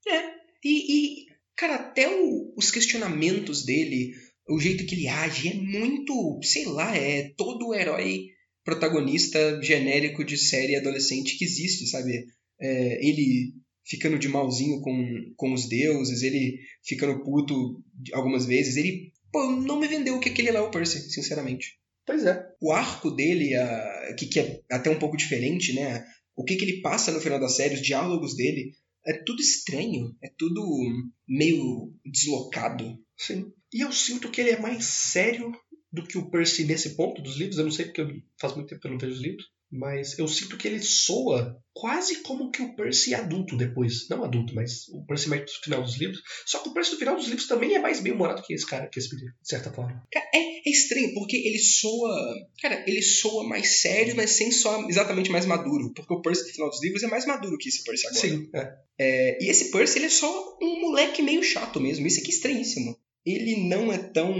Cara, até os questionamentos dele, o jeito que ele age é muito, sei lá, é todo o herói protagonista genérico de série adolescente que existe, sabe? Ele ficando de malzinho com os deuses, ele ficando puto algumas vezes, ele, não me vendeu o que aquele lá é o Percy, sinceramente. Pois é. O arco dele, que é até um pouco diferente, né? O que ele passa no final da série, os diálogos dele, é tudo estranho, é tudo meio deslocado. Sim. E eu sinto que ele é mais sério do que o Percy nesse ponto dos livros. Eu não sei porque faz muito tempo que eu não vejo os livros. Mas eu sinto que ele soa quase como que o Percy adulto depois. Não adulto, mas o Percy mais do final dos livros. Só que o Percy do final dos livros também é mais bem-humorado que esse cara, que esse menino, de certa forma. É estranho, porque ele soa... Cara, ele soa mais sério, mas sem soar exatamente mais maduro. Porque o Percy do final dos livros é mais maduro que esse Percy agora. Sim, e esse Percy, ele é só um moleque meio chato mesmo. Isso aqui é estranhíssimo. Ele não é tão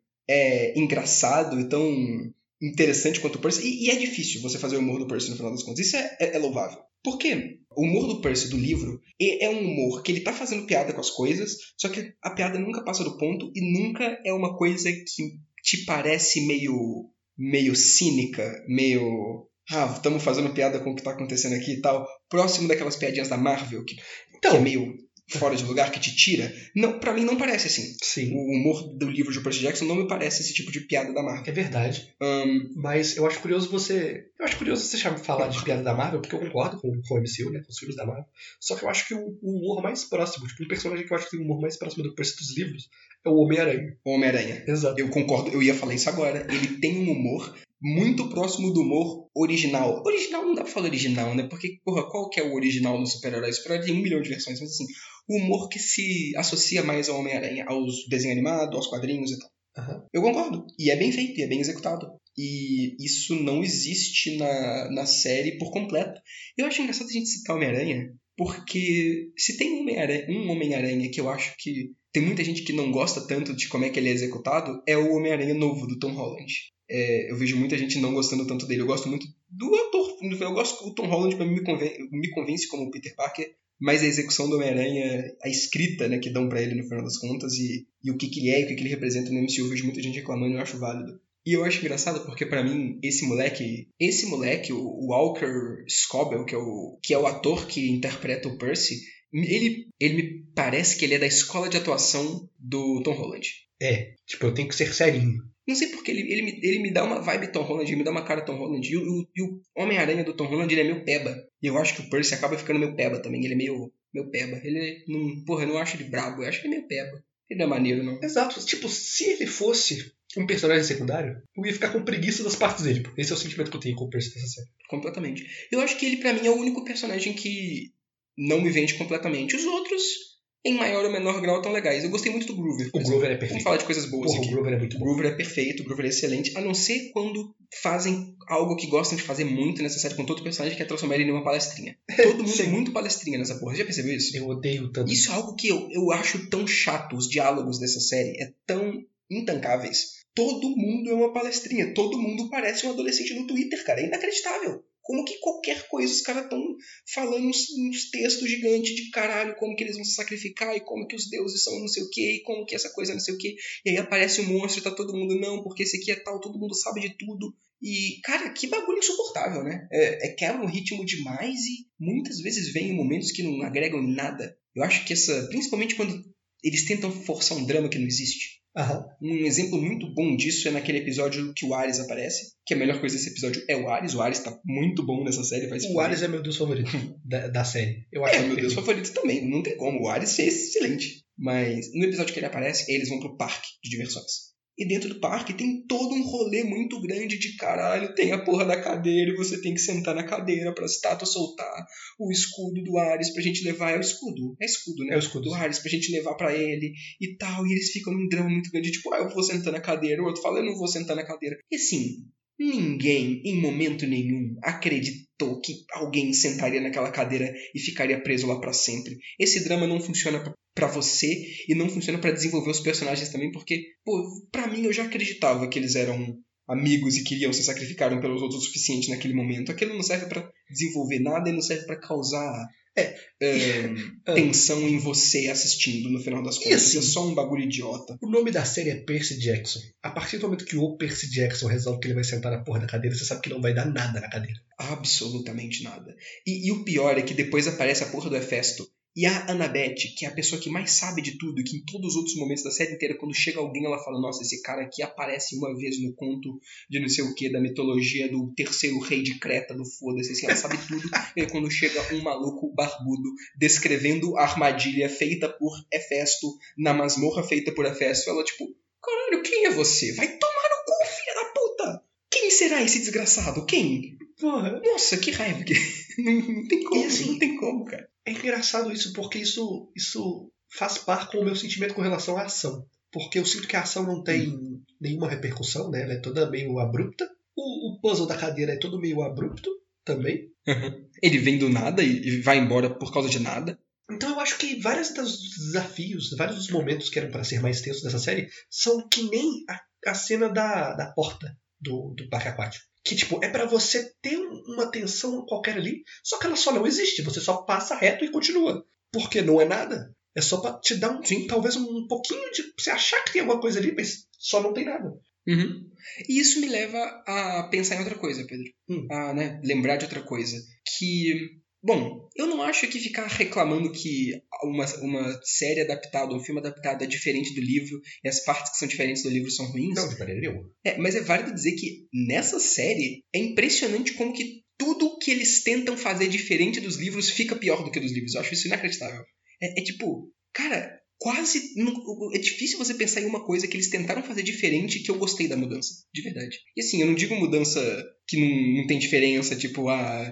engraçado e tão interessante quanto o Percy. E é difícil você fazer o humor do Percy no final das contas. Isso é louvável. Por quê? O humor do Percy do livro é um humor que ele tá fazendo piada com as coisas, só que a piada nunca passa do ponto e nunca é uma coisa que te parece meio cínica, meio... estamos fazendo piada com o que tá acontecendo aqui e tal. Próximo daquelas piadinhas da Marvel, que é meio fora de lugar, que te tira. Não, pra mim não parece assim. Sim. O humor do livro de Percy Jackson não me parece esse tipo de piada da Marvel. É verdade. Mas eu acho curioso você falar de piada da Marvel, porque eu concordo com o MCU, né, com os filmes da Marvel. Só que eu acho que o humor mais próximo, tipo, um personagem que eu acho que tem o humor mais próximo do Percy dos livros é o Homem-Aranha. O Homem-Aranha. Exato. Eu concordo, eu ia falar isso agora. Ele tem um humor muito próximo do humor original. Original não dá pra falar original, né? Porque, qual que é o original no super-herói? Super-herói tem 1 milhão de versões, mas assim, o humor que se associa mais ao Homem-Aranha, aos desenhos animados, aos quadrinhos e tal. Uhum. Eu concordo. E é bem feito, e é bem executado. E isso não existe na série por completo. Eu acho engraçado a gente citar o Homem-Aranha, porque se tem um Homem-Aranha que eu acho que tem muita gente que não gosta tanto de como é que ele é executado, é o Homem-Aranha novo, do Tom Holland. Eu vejo muita gente não gostando tanto dele. Eu gosto muito do ator. Eu gosto que o Tom Holland pra mim me convence como o Peter Parker, mas a execução do Homem-Aranha, a escrita, né, que dão pra ele no final das contas, e o que ele é e o que ele representa no MCU, eu vejo muita gente reclamando e eu acho válido. E eu acho engraçado porque pra mim, esse moleque, o Walker Scobell, que é o ator que interpreta o Percy, ele me parece que ele é da escola de atuação do Tom Holland. Tipo, eu tenho que ser serinho. Não sei porque ele me dá uma vibe Tom Holland, ele me dá uma cara Tom Holland. E o Homem-Aranha do Tom Holland, ele é meio peba. E eu acho que o Percy acaba ficando meio peba também. Ele é meio peba. Ele não... Porra, eu não acho ele brabo. Eu acho que ele é meio peba. Ele não é maneiro, não. Exato. Tipo, se ele fosse um personagem secundário, eu ia ficar com preguiça das partes dele. Esse é o sentimento que eu tenho com o Percy dessa série. Completamente. Eu acho que ele, pra mim, é o único personagem que não me vende completamente. Os outros... em maior ou menor grau, tão legais. Eu gostei muito do Groover. O Groover é perfeito. Vamos falar de coisas boas aqui. O Groover é muito bom. O Groover é perfeito, o Groover é excelente, a não ser quando fazem algo que gostam de fazer muito nessa série com todo personagem, que é transformar ele em uma palestrinha. Todo mundo é muito palestrinha nessa porra. Você já percebeu isso? Eu odeio tanto. Isso é algo que eu acho tão chato. Os diálogos dessa série é tão intancáveis. Todo mundo é uma palestrinha. Todo mundo parece um adolescente no Twitter, cara. É inacreditável. Como que qualquer coisa os caras estão falando uns textos gigantes de caralho, como que eles vão se sacrificar e como que os deuses são não sei o que, e como que essa coisa é não sei o que. E aí aparece um monstro e tá todo mundo, não, porque esse aqui é tal, todo mundo sabe de tudo. E, cara, que bagulho insuportável, né? Quebra um ritmo demais e muitas vezes vem em momentos que não agregam em nada. Eu acho que principalmente quando eles tentam forçar um drama que não existe. Uhum. Um exemplo muito bom disso é naquele episódio que o Ares aparece. Que a melhor coisa desse episódio é o Ares. O Ares tá muito bom nessa série. O Ares é meu deus favorito da série. Eu acho meu deus favorito também. Não tem como. O Ares é excelente. Mas no episódio que ele aparece, eles vão pro parque de diversões. E dentro do parque tem todo um rolê muito grande de caralho. Tem a porra da cadeira e você tem que sentar na cadeira pra estátua soltar o escudo do Ares pra gente levar. É o escudo. É escudo, né? É o escudo do Ares pra gente levar pra ele e tal. E eles ficam num drama muito grande. Tipo, eu vou sentar na cadeira. O outro fala, eu não vou sentar na cadeira. E assim, ninguém, em momento nenhum, acreditou que alguém sentaria naquela cadeira e ficaria preso lá pra sempre. Esse drama não funciona pra você e não funciona pra desenvolver os personagens também, porque, pô, pra mim eu já acreditava que eles eram amigos e queriam se sacrificar um pelos outros o suficiente naquele momento. Aquilo não serve pra desenvolver nada e não serve pra causar tensão em você assistindo, no final das contas. Assim, é só um bagulho idiota. O nome da série é Percy Jackson. A partir do momento que o Percy Jackson resolve que ele vai sentar na porra da cadeira, você sabe que não vai dar nada na cadeira. Absolutamente nada. E o pior é que depois aparece a porra do Hefesto. E a Annabeth, que é a pessoa que mais sabe de tudo, que em todos os outros momentos da série inteira, quando chega alguém, ela fala, nossa, esse cara aqui aparece uma vez no conto de não sei o que, da mitologia do terceiro rei de Creta, do foda-se, assim, ela sabe tudo. E aí quando chega um maluco barbudo descrevendo a armadilha feita por Hefesto, na masmorra feita por Hefesto, ela tipo, caralho, quem é você? Vai tomar no cu, filha da puta! Quem será esse desgraçado? Quem? Porra. Nossa, que raiva. Não tem como, assim, não tem como, cara. É engraçado isso, porque isso faz par com o meu sentimento com relação à ação. Porque eu sinto que a ação não tem nenhuma repercussão, né? Ela é toda meio abrupta. O puzzle da cadeira é todo meio abrupto também. Ele vem do nada e vai embora por causa de nada. Então eu acho que vários dos desafios, vários dos momentos que eram para ser mais tensos dessa série são que nem a cena da porta do parque aquático. Que, tipo, é pra você ter uma tensão qualquer ali, só que ela só não existe. Você só passa reto e continua. Porque não é nada. É só pra te dar talvez um pouquinho de... Você achar que tem alguma coisa ali, mas só não tem nada. Uhum. E isso me leva a pensar em outra coisa, Pedro. A lembrar de outra coisa. Que... Bom, eu não acho que ficar reclamando que uma série adaptada, um filme adaptado é diferente do livro e as partes que são diferentes do livro são ruins. Não, de maneira nenhuma. Mas é válido dizer que nessa série é impressionante como que tudo que eles tentam fazer diferente dos livros fica pior do que dos livros. Eu acho isso inacreditável. Tipo, cara, quase... É difícil você pensar em uma coisa que eles tentaram fazer diferente que eu gostei da mudança. De verdade. E assim, eu não digo mudança que não tem diferença, tipo,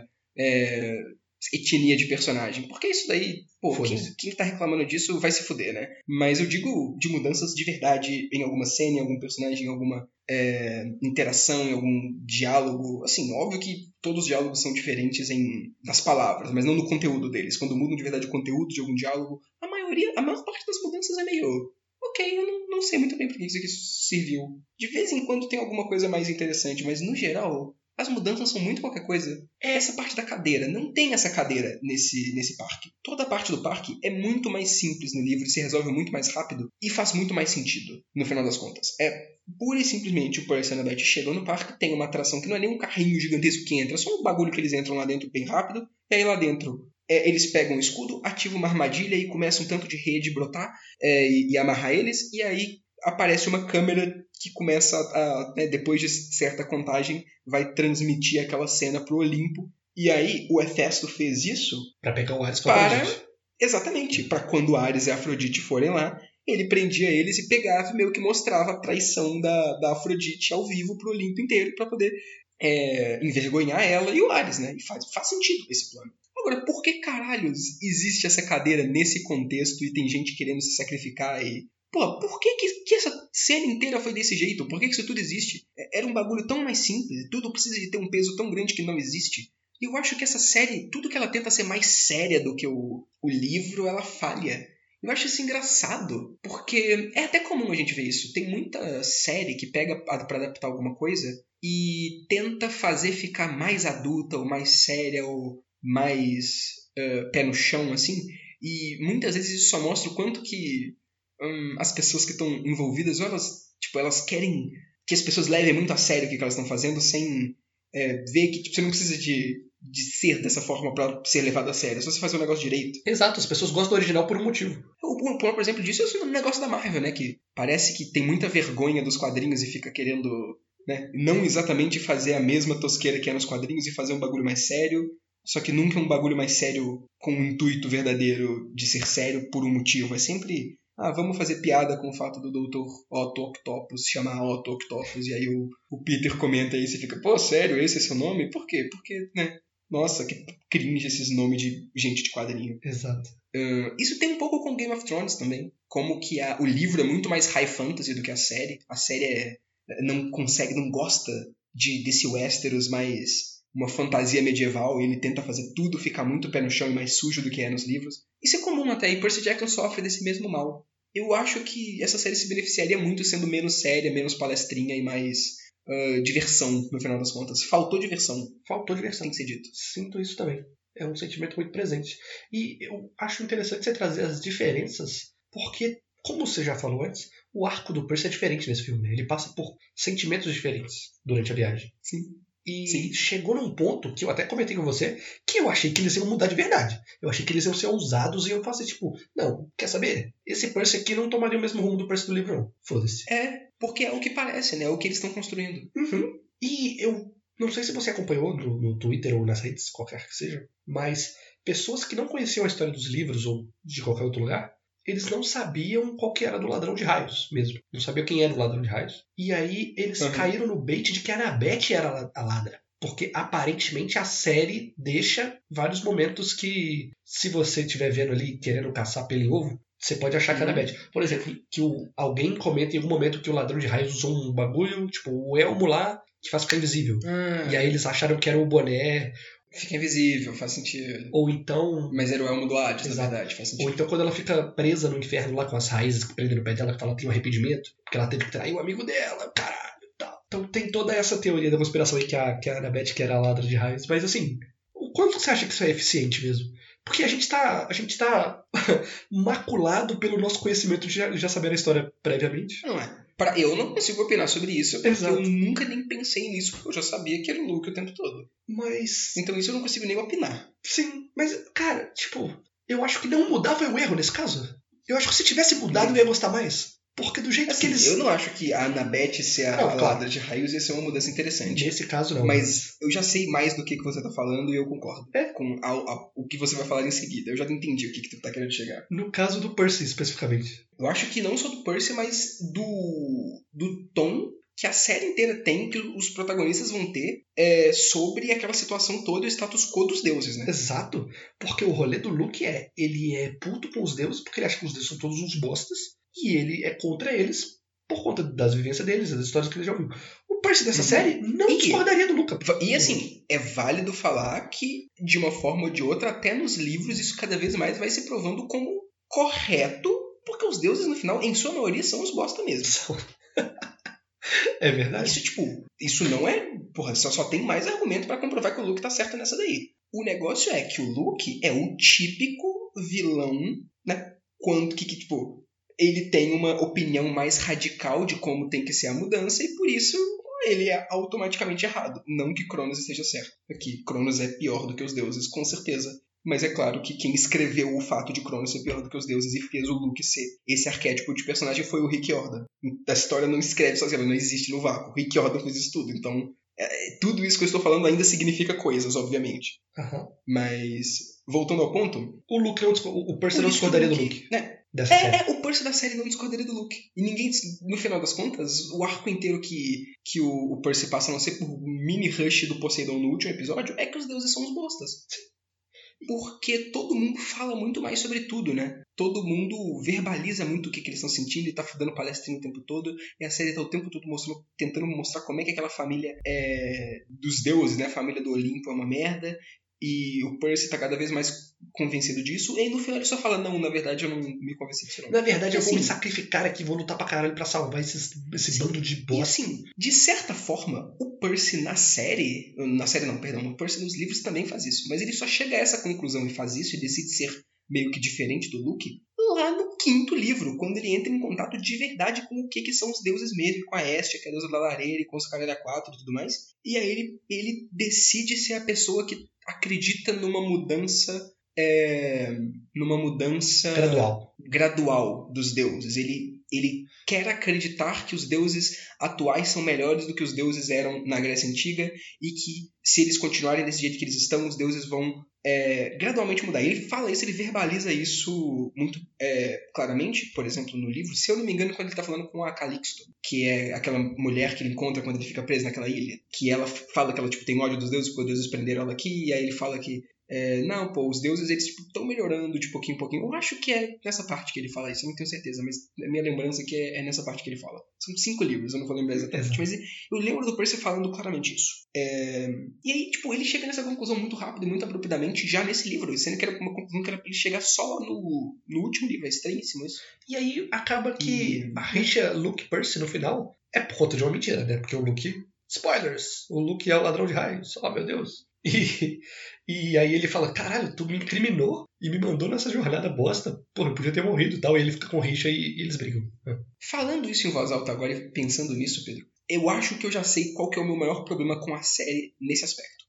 etnia de personagem. Porque isso daí, pô, quem tá reclamando disso vai se fuder, né? Mas eu digo de mudanças de verdade em alguma cena, em algum personagem, em alguma interação, em algum diálogo. Assim, óbvio que todos os diálogos são diferentes nas palavras, mas não no conteúdo deles. Quando mudam de verdade o conteúdo de algum diálogo, a maior parte das mudanças é meio... Ok, eu não sei muito bem por que isso aqui serviu. De vez em quando tem alguma coisa mais interessante, mas no geral... As mudanças são muito qualquer coisa. Essa parte da cadeira. Não tem essa cadeira nesse parque. Toda a parte do parque é muito mais simples no livro, se resolve muito mais rápido e faz muito mais sentido, no final das contas. Pura e simplesmente o Percy e a Annabeth chegam no parque, tem uma atração que não é nem um carrinho gigantesco que entra, é só um bagulho que eles entram lá dentro bem rápido, e aí lá dentro eles pegam o escudo, ativam uma armadilha e começa um tanto de rede brotar e amarrar eles, e aí aparece uma câmera que começa depois de certa contagem, vai transmitir aquela cena pro Olimpo. E aí o Hefesto fez isso pra pegar o Ares com a Afrodite. Exatamente, para quando Ares e a Afrodite forem lá, ele prendia eles e pegava e meio que mostrava a traição da Afrodite ao vivo pro Olimpo inteiro para poder envergonhar ela e o Ares, né? E faz sentido esse plano. Agora, por que caralhos existe essa cadeira nesse contexto e tem gente querendo se sacrificar e... Pô, por que essa cena inteira foi desse jeito? Por que isso tudo existe? Era um bagulho tão mais simples. Tudo precisa de ter um peso tão grande que não existe. E eu acho que essa série, tudo que ela tenta ser mais séria do que o livro, ela falha. Eu acho isso engraçado, porque é até comum a gente ver isso. Tem muita série que pega pra adaptar alguma coisa e tenta fazer ficar mais adulta, ou mais séria, ou mais pé no chão, assim. E muitas vezes isso só mostra o quanto que as pessoas que estão envolvidas, elas querem que as pessoas levem muito a sério o que elas estão fazendo, sem ver que você não precisa de ser dessa forma pra ser levado a sério. É só você fazer o negócio direito. Exato, as pessoas gostam do original por um motivo. O próprio exemplo disso é o negócio da Marvel, né? Que parece que tem muita vergonha dos quadrinhos e fica querendo, né, não exatamente fazer a mesma tosqueira que é nos quadrinhos e fazer um bagulho mais sério, só que nunca é um bagulho mais sério com um intuito verdadeiro de ser sério por um motivo. É sempre... vamos fazer piada com o fato do Dr. Otto Octopus chamar Otto Octopus, e aí o Peter comenta isso e fica, pô, sério, esse é seu nome? Por quê? Porque, né, nossa, que cringe esses nomes de gente de quadrinho. Exato. Isso tem um pouco com Game of Thrones também, como que o livro é muito mais high fantasy do que a série. A série não gosta desse Westeros mais uma fantasia medieval, e ele tenta fazer tudo ficar muito pé no chão e mais sujo do que é nos livros. Isso é comum até, e Percy Jackson sofre desse mesmo mal. Eu acho que essa série se beneficiaria muito sendo menos séria, menos palestrinha e mais diversão, no final das contas. Faltou diversão. Tem que ser dito. Sinto isso também. É um sentimento muito presente. E eu acho interessante você trazer as diferenças, porque, como você já falou antes, o arco do Percy é diferente nesse filme. Ele passa por sentimentos diferentes durante a viagem. Sim. E chegou num ponto que eu até comentei com você, que eu achei que eles iam mudar de verdade. Eu achei que eles iam ser ousados e iam fazer tipo, não, quer saber? Esse Percy aqui não tomaria o mesmo rumo do Percy do livro, não. Foda-se. Porque é o que parece, né? É o que eles estão construindo. Uhum. E eu não sei se você acompanhou no Twitter ou nas redes, qualquer que seja, mas pessoas que não conheciam a história dos livros ou de qualquer outro lugar, eles não sabiam qual que era do Ladrão de Raios mesmo. Não sabiam quem era o Ladrão de Raios. E aí eles caíram no bait de que a Annabeth era a ladra. Porque aparentemente a série deixa vários momentos que, se você estiver vendo ali querendo caçar pelo em ovo, você pode achar que é a Annabeth. Por exemplo, que alguém comenta em algum momento que o Ladrão de Raios usou um bagulho, tipo o elmo lá, que faz ficar invisível. E aí eles acharam que era o boné. Fica invisível, faz sentido. Ou então... Mas era o elmo do Hades, na verdade, faz sentido. Ou então quando ela fica presa no inferno lá com as raízes que prendem no pé dela, que ela tem um arrependimento, porque ela teve que trair o amigo dela, caralho, tal. Então tem toda essa teoria da conspiração aí que a Annabeth que era a ladra de raios. Mas assim, o quanto você acha que isso é eficiente mesmo? Porque a gente tá maculado pelo nosso conhecimento de já saber a história previamente. Não é. Eu não consigo opinar sobre isso, porque Exato. eu nunca nem pensei nisso, porque eu já sabia que era o Luke o tempo todo. Mas... Então isso eu não consigo nem opinar. Sim, mas, cara, tipo, eu acho que não mudar foi um erro nesse caso. Eu acho que se tivesse mudado eu ia gostar mais. Porque do jeito assim, que eles... Eu não acho que a Annabeth ser a ladra de raios ia ser uma mudança interessante. Nesse caso não. Mas eu já sei mais do que você tá falando e eu concordo com o que você vai falar em seguida. Eu já entendi o que tu tá querendo chegar. No caso do Percy, especificamente. Eu acho que não só do Percy, mas do tom que a série inteira tem, que os protagonistas vão ter sobre aquela situação toda e o status quo dos deuses, né? Exato. Porque o rolê do Luke ele é puto com os deuses, porque ele acha que os deuses são todos uns bostas, e ele é contra eles por conta das vivências deles, das histórias que ele já ouviu. O Percy dessa série não discordaria do Luke. E assim, é válido falar que, de uma forma ou de outra, até nos livros, isso cada vez mais vai se provando como correto, porque os deuses, no final, em sua maioria, são os bosta mesmo. É verdade. Isso não é... Porra, só tem mais argumento pra comprovar que o Luke tá certo nessa daí. O negócio é que o Luke é o típico vilão, né? Quando tipo, ele tem uma opinião mais radical de como tem que ser a mudança e por isso ele é automaticamente errado. Não que Cronos esteja certo. Aqui, Cronos é pior do que os deuses, com certeza. Mas é claro que quem escreveu o fato de Cronos ser pior do que os deuses e fez o Luke ser esse arquétipo de personagem foi o Rick Riordan. A história não escreve sozinha, ela não existe no vácuo. O Rick Riordan fez isso tudo. Então, tudo isso que eu estou falando ainda significa coisas, obviamente. Uhum. Mas, voltando ao ponto... O Percy não discordaria do Luke. Né? O Percy da série não discordaria do Luke. E ninguém, no final das contas, o arco inteiro que o Percy passa, a não ser por mini rush do Poseidon no último episódio, é que os deuses são os bostas. porque todo mundo fala muito mais sobre tudo, né? Todo mundo verbaliza muito o que eles estão sentindo e tá dando palestrinha o tempo todo. E a série tá o tempo todo tentando mostrar como é que aquela família dos deuses, né? A família do Olimpo é uma merda. E o Percy tá cada vez mais convencido disso. E aí no final ele só fala, não, na verdade eu não me convenci disso não. Na verdade eu vou me assim, sacrificar aqui, vou lutar pra caralho pra salvar esse bando de bosta. E assim, de certa forma, o Percy na série não, perdão, o Percy nos livros também faz isso. Mas ele só chega a essa conclusão e faz isso e decide ser meio que diferente do Luke lá no 5º livro, quando ele entra em contato de verdade com o que são os deuses mesmo, com a Hestia, que é a deusa da lareira, e com os Caralho 4 e tudo mais. E aí ele decide ser a pessoa que acredita numa mudança gradual dos deuses. Ele quer acreditar que os deuses atuais são melhores do que os deuses eram na Grécia Antiga e que se eles continuarem desse jeito que eles estão, os deuses vão gradualmente mudar. E ele fala isso, ele verbaliza isso muito claramente, por exemplo, no livro, se eu não me engano, quando ele está falando com a Calixto, que é aquela mulher que ele encontra quando ele fica preso naquela ilha, que ela fala que ela tem ódio dos deuses porque os deuses prenderam ela aqui, e aí ele fala que não, pô, os deuses eles estão melhorando de pouquinho em pouquinho. Eu acho que é nessa parte que ele fala isso, eu não tenho certeza, mas a minha lembrança é que é nessa parte que ele fala. São 5 livros, eu não vou lembrar exatamente, mas eu lembro do Percy falando claramente isso. E aí, tipo, ele chega nessa conclusão muito rápido e muito abruptamente já nesse livro, sendo que era uma conclusão que era pra ele chegar só no último livro, é estranhíssimo isso. E aí acaba que a rixa Luke-Percy no final é por conta de uma mentira, né? Porque o Luke... Spoilers! O Luke é o ladrão de raios. Oh, meu Deus! E aí ele fala, caralho, tu me incriminou e me mandou nessa jornada bosta. Porra, eu podia ter morrido e tal. E ele fica com rixa e eles brigam. Falando isso em voz alta agora e pensando nisso, Pedro, eu acho que eu já sei qual que é o meu maior problema com a série nesse aspecto.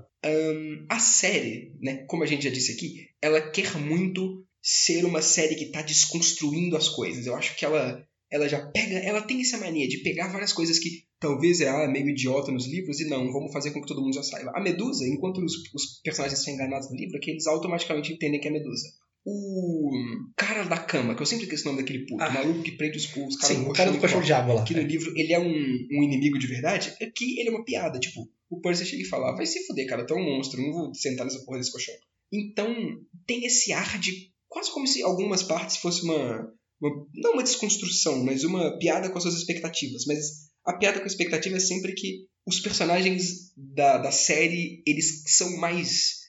A série, né, como a gente já disse aqui, ela quer muito ser uma série que tá desconstruindo as coisas. Eu acho que ela tem essa mania de pegar várias coisas que talvez meio idiota nos livros e não, vamos fazer com que todo mundo já saiba. A Medusa, enquanto os personagens são enganados no livro, é que eles automaticamente entendem que é a Medusa. O cara da cama, que eu sempre esqueço o nome daquele puto, o maluco que prende os pulos, o cara do colchão de água lá. Que no livro ele é um inimigo de verdade, aqui ele é uma piada, tipo, o Percy chega e fala, vai se fuder, cara, tu é um monstro, não vou sentar nessa porra desse colchão. Então, tem esse ar de, quase como se algumas partes fosse não uma desconstrução, mas uma piada com as suas expectativas. Mas a piada com a expectativa é sempre que os personagens da série, eles são mais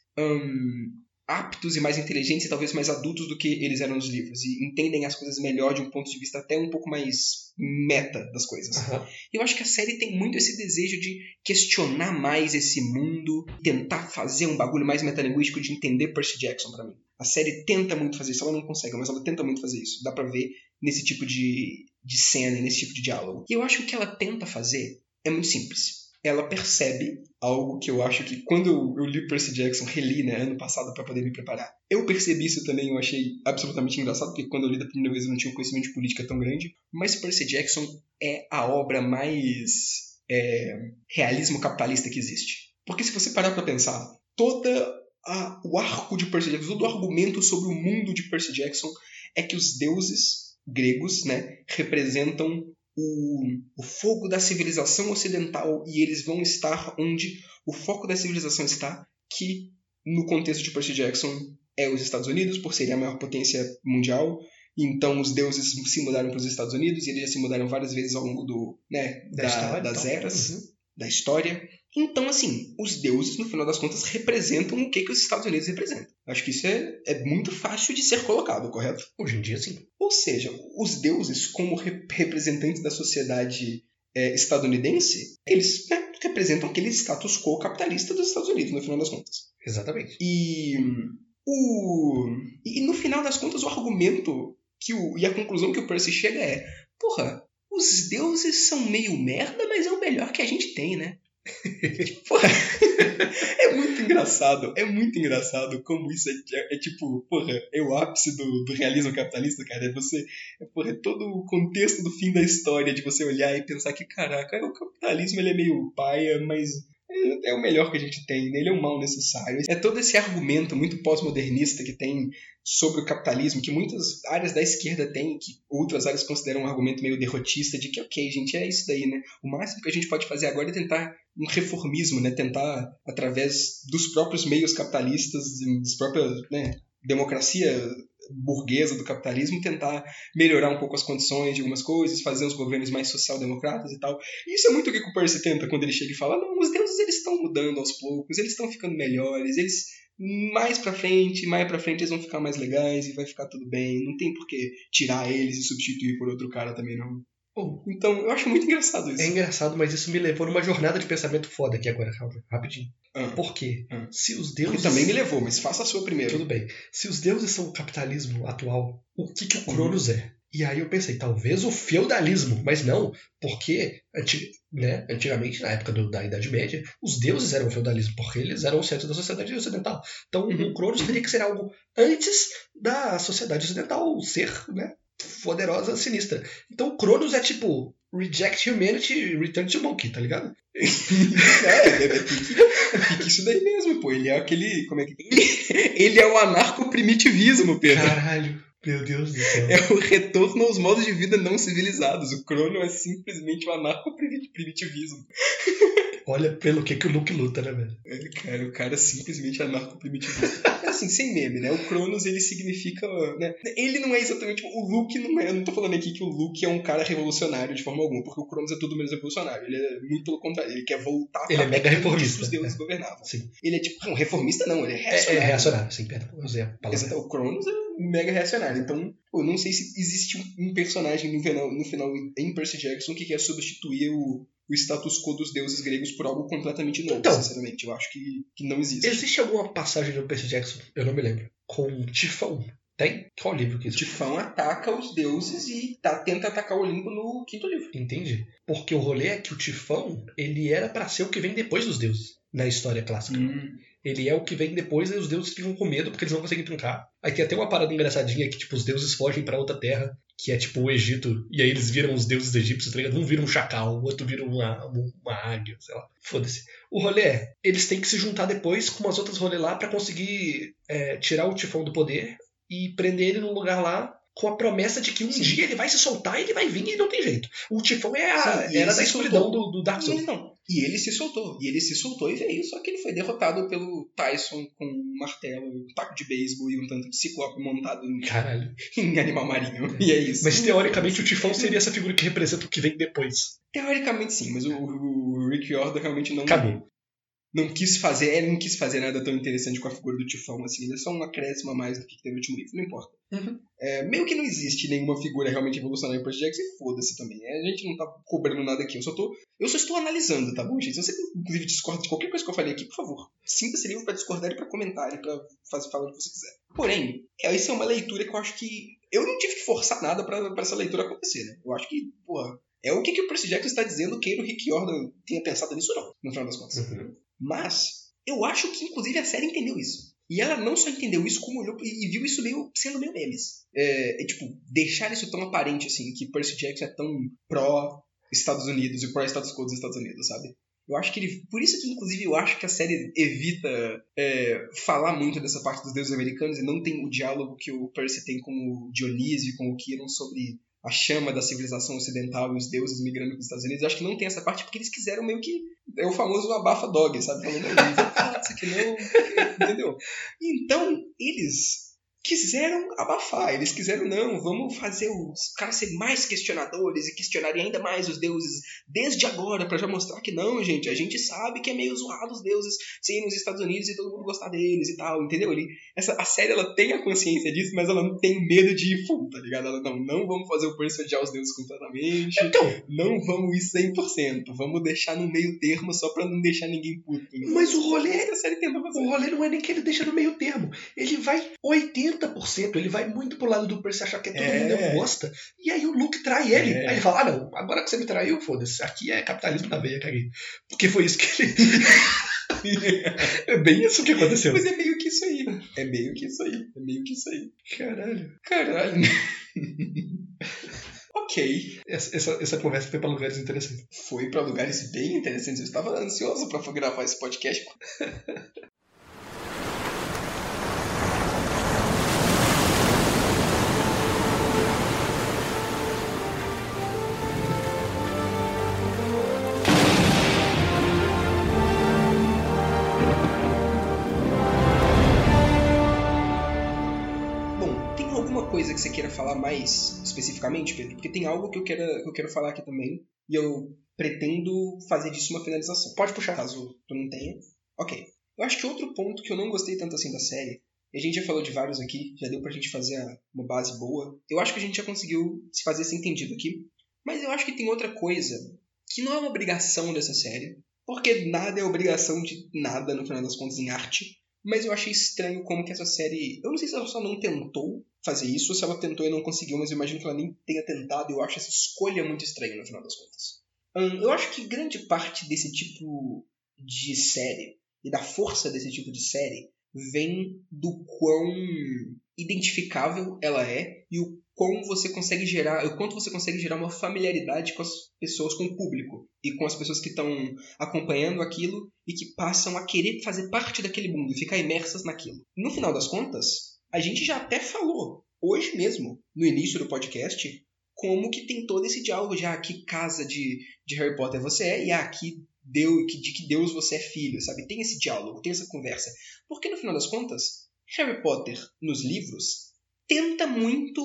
aptos e mais inteligentes e talvez mais adultos do que eles eram nos livros. E entendem as coisas melhor de um ponto de vista até um pouco mais meta das coisas. Eu acho que a série tem muito esse desejo de questionar mais esse mundo, tentar fazer um bagulho mais metalinguístico de entender Percy Jackson pra mim. A série tenta muito fazer isso, ela não consegue, mas ela tenta muito fazer isso. Dá pra ver nesse tipo de cena, nesse tipo de diálogo. E eu acho que o que ela tenta fazer é muito simples. Ela percebe algo que eu acho que quando eu li Percy Jackson, reli, né, ano passado pra poder me preparar, eu percebi isso também, eu achei absolutamente engraçado, porque quando eu li da primeira vez eu não tinha um conhecimento de política tão grande, mas Percy Jackson é a obra mais realismo capitalista que existe. Porque se você parar pra pensar, o arco de Percy Jackson, todo o argumento sobre o mundo de Percy Jackson é que os deuses gregos, né, representam o fogo da civilização ocidental e eles vão estar onde o foco da civilização está, que no contexto de Percy Jackson é os Estados Unidos, por serem a maior potência mundial. Então os deuses se mudaram para os Estados Unidos e eles já se mudaram várias vezes ao longo das eras, da história. Então, assim, os deuses, no final das contas, representam o que os Estados Unidos representam. Acho que isso é muito fácil de ser colocado, correto? Hoje em dia, sim. Ou seja, os deuses, como representantes da sociedade estadunidense, eles representam aquele status quo capitalista dos Estados Unidos, no final das contas. Exatamente. E no final das contas, o argumento e a conclusão que o Percy chega é: porra, os deuses são meio merda, mas é o melhor que a gente tem, né? Porra, é muito engraçado como isso é tipo, porra, é o ápice do realismo capitalista, cara. É todo o contexto do fim da história de você olhar e pensar que, caraca, o capitalismo ele é meio paia, mas é o melhor que a gente tem, né? Ele é um mal necessário. É todo esse argumento muito pós-modernista que tem sobre o capitalismo, que muitas áreas da esquerda têm, que outras áreas consideram um argumento meio derrotista, de que, ok, gente, é isso daí, né? O máximo que a gente pode fazer agora é tentar um reformismo, né? Tentar, através dos próprios meios capitalistas, das próprias, né, democracia burguesa do capitalismo, tentar melhorar um pouco as condições de algumas coisas, fazer uns governos mais social-democratas e tal. E isso é muito o que o Percy tenta quando ele chega e fala, não, os deuses eles estão mudando aos poucos, eles estão ficando melhores, eles mais pra frente eles vão ficar mais legais e vai ficar tudo bem, não tem por que tirar eles e substituir por outro cara também não. Então, eu acho muito engraçado isso. É engraçado, mas isso me levou numa jornada de pensamento foda aqui agora, calma, rapidinho. Por quê? Se os deuses... também me levou, mas faça a sua primeiro. Tudo bem. Se os deuses são o capitalismo atual, o que o Cronos é? E aí eu pensei, talvez o feudalismo, mas não, porque antigamente, na época da Idade Média, os deuses eram o feudalismo, porque eles eram o centro da sociedade ocidental. Então o Cronos teria que ser algo antes da sociedade ocidental ser, né, poderosa, sinistra. Então o Cronos é tipo Reject Humanity, Return to Monkey, tá ligado? Fica isso daí mesmo, pô. Ele é aquele... Como é que... Ele é o anarco-primitivismo, Pedro. Caralho, meu Deus do céu. É o retorno aos modos de vida não civilizados. O Crono é simplesmente o anarco-primitivismo. Olha pelo que o Luke luta, né, velho? Cara, o cara é simplesmente anarco-primitivismo. Assim, sem meme, né? O Cronos, ele significa... Né? Ele não é exatamente... O Luke não é... Eu não tô falando aqui que o Luke é um cara revolucionário de forma alguma, porque o Cronos é tudo menos revolucionário. Ele é muito pelo contrário. Ele quer voltar ele é mega reformista. Que os deuses governavam. Sim. Ele é tipo... Não, reformista não, ele é reacionário. É reacionário, sim, pera. Eu usei a palavra. Exato, o Cronos é mega reacionário. Então, eu não sei se existe um personagem no final em Percy Jackson que quer substituir o status quo dos deuses gregos por algo completamente novo, então, sinceramente. Eu acho que não existe. Existe alguma passagem no Percy Jackson, eu não me lembro, com Tifão? Tem? Qual livro que é isso? Tifão ataca os deuses e tenta atacar o Olimpo no quinto livro. Entendi. Porque o rolê é que o Tifão, ele era pra ser o que vem depois dos deuses, na história clássica. Ele é o que vem depois e os deuses ficam com medo porque eles não conseguem brincar. Aí tem até uma parada engraçadinha que, tipo, os deuses fogem pra outra terra, que é tipo o Egito, e aí eles viram os deuses egípcios, tá ligado? Um vira um chacal, o outro vira uma águia, sei lá. Foda-se. O rolê é, eles têm que se juntar depois com umas outras rolês lá pra conseguir tirar o Tifão do poder e prender ele num lugar lá com a promessa de que um dia ele vai se soltar e ele vai vir e não tem jeito. O Tifão era da escuridão do Dark Souls. E ele se soltou. E ele se soltou e veio, só que ele foi derrotado pelo Tyson com um martelo, um taco de beisebol e um tanto de ciclope montado em animal marinho. E é isso. Mas teoricamente o Tifão seria essa figura que representa o que vem depois. Teoricamente sim, mas o Rick Riordan realmente não... Acabou. Não quis fazer nada tão interessante com a figura do Tifão, assim. Ele é só um acréscimo a mais do que teve no último livro, não importa. Meio que não existe nenhuma figura realmente revolucionária em Percy Jackson e foda-se também. A gente não tá cobrando nada aqui, eu só estou analisando, tá bom, gente? Se você, inclusive, discorda de qualquer coisa que eu falei aqui, por favor, sinta-se livre pra discordar e pra comentar e pra falar o que você quiser. Porém, essa é uma leitura que eu acho que... Eu não tive que forçar nada pra essa leitura acontecer, né? Eu acho que, porra... É o que o Percy Jackson está dizendo, queira o Rick Riordan tenha pensado nisso ou não, no final das contas. Mas, eu acho que, inclusive, a série entendeu isso. E ela não só entendeu isso, como olhou e viu isso sendo meio memes. Tipo, deixar isso tão aparente, assim, que Percy Jackson é tão pró-Estados Unidos e pró-Status Quo dos Estados Unidos, sabe? Eu acho que ele... Por isso que, inclusive, eu acho que a série evita falar muito dessa parte dos deuses americanos e não tem o diálogo que o Percy tem com o Dionísio e com o Quirón sobre... a chama da civilização ocidental e os deuses migrando para os Estados Unidos. Eu acho que não tem essa parte porque eles quiseram meio que... É o famoso abafa dog, sabe? Falando, não vou falar disso aqui não, porque... entendeu? Então, eles quiseram abafar, eles quiseram, não, vamos fazer os caras serem mais questionadores e questionarem ainda mais os deuses desde agora, pra já mostrar que não, gente, a gente sabe que é meio zoado os deuses serem nos Estados Unidos e todo mundo gostar deles e tal, entendeu? A série, ela tem a consciência disso, mas ela não tem medo de ir full, tá ligado? Ela não vamos fazer o Percy odiar os deuses completamente, então, não vamos ir 100%, vamos deixar no meio termo só pra não deixar ninguém puto. Né? Mas o rolê que a série tenta fazer. O rolê não é nem que ele deixa no meio termo, ele vai 80%, ele vai muito pro lado do Percy achar que todo mundo é bosta, e aí o Luke trai ele. Aí ele fala, não, agora que você me traiu, foda-se, aqui é capitalismo na veia, caguei. Porque foi isso que ele... É bem isso que aconteceu. Mas é meio que isso aí. Ok. Essa conversa foi pra lugares interessantes. Foi pra lugares bem interessantes. Eu estava ansioso pra gravar esse podcast. Coisa que você queira falar mais especificamente, Pedro? Porque tem algo que eu quero falar aqui também e eu pretendo fazer disso uma finalização. Pode puxar, caso tu não tenha. Ok. Eu acho que outro ponto que eu não gostei tanto assim da série, e a gente já falou de vários aqui, já deu pra gente fazer uma base boa, eu acho que a gente já conseguiu se fazer esse entendido aqui, mas eu acho que tem outra coisa que não é uma obrigação dessa série, porque nada é obrigação de nada, no final das contas, em arte, mas eu achei estranho como que essa série... Eu não sei se ela só não tentou fazer isso, ou se ela tentou e não conseguiu, mas eu imagino que ela nem tenha tentado, e eu acho essa escolha muito estranha, no final das contas. Eu acho que grande parte desse tipo de série, e da força desse tipo de série, vem do quão identificável ela é, e o quanto você consegue gerar uma familiaridade com as pessoas, com o público, e com as pessoas que estão acompanhando aquilo, e que passam a querer fazer parte daquele mundo, e ficar imersas naquilo. No final das contas, a gente já até falou, hoje mesmo, no início do podcast, como que tem todo esse diálogo de que casa de Harry Potter você é, e de que Deus você é filho, sabe? Tem esse diálogo, tem essa conversa. Porque no final das contas, Harry Potter, nos livros, tenta muito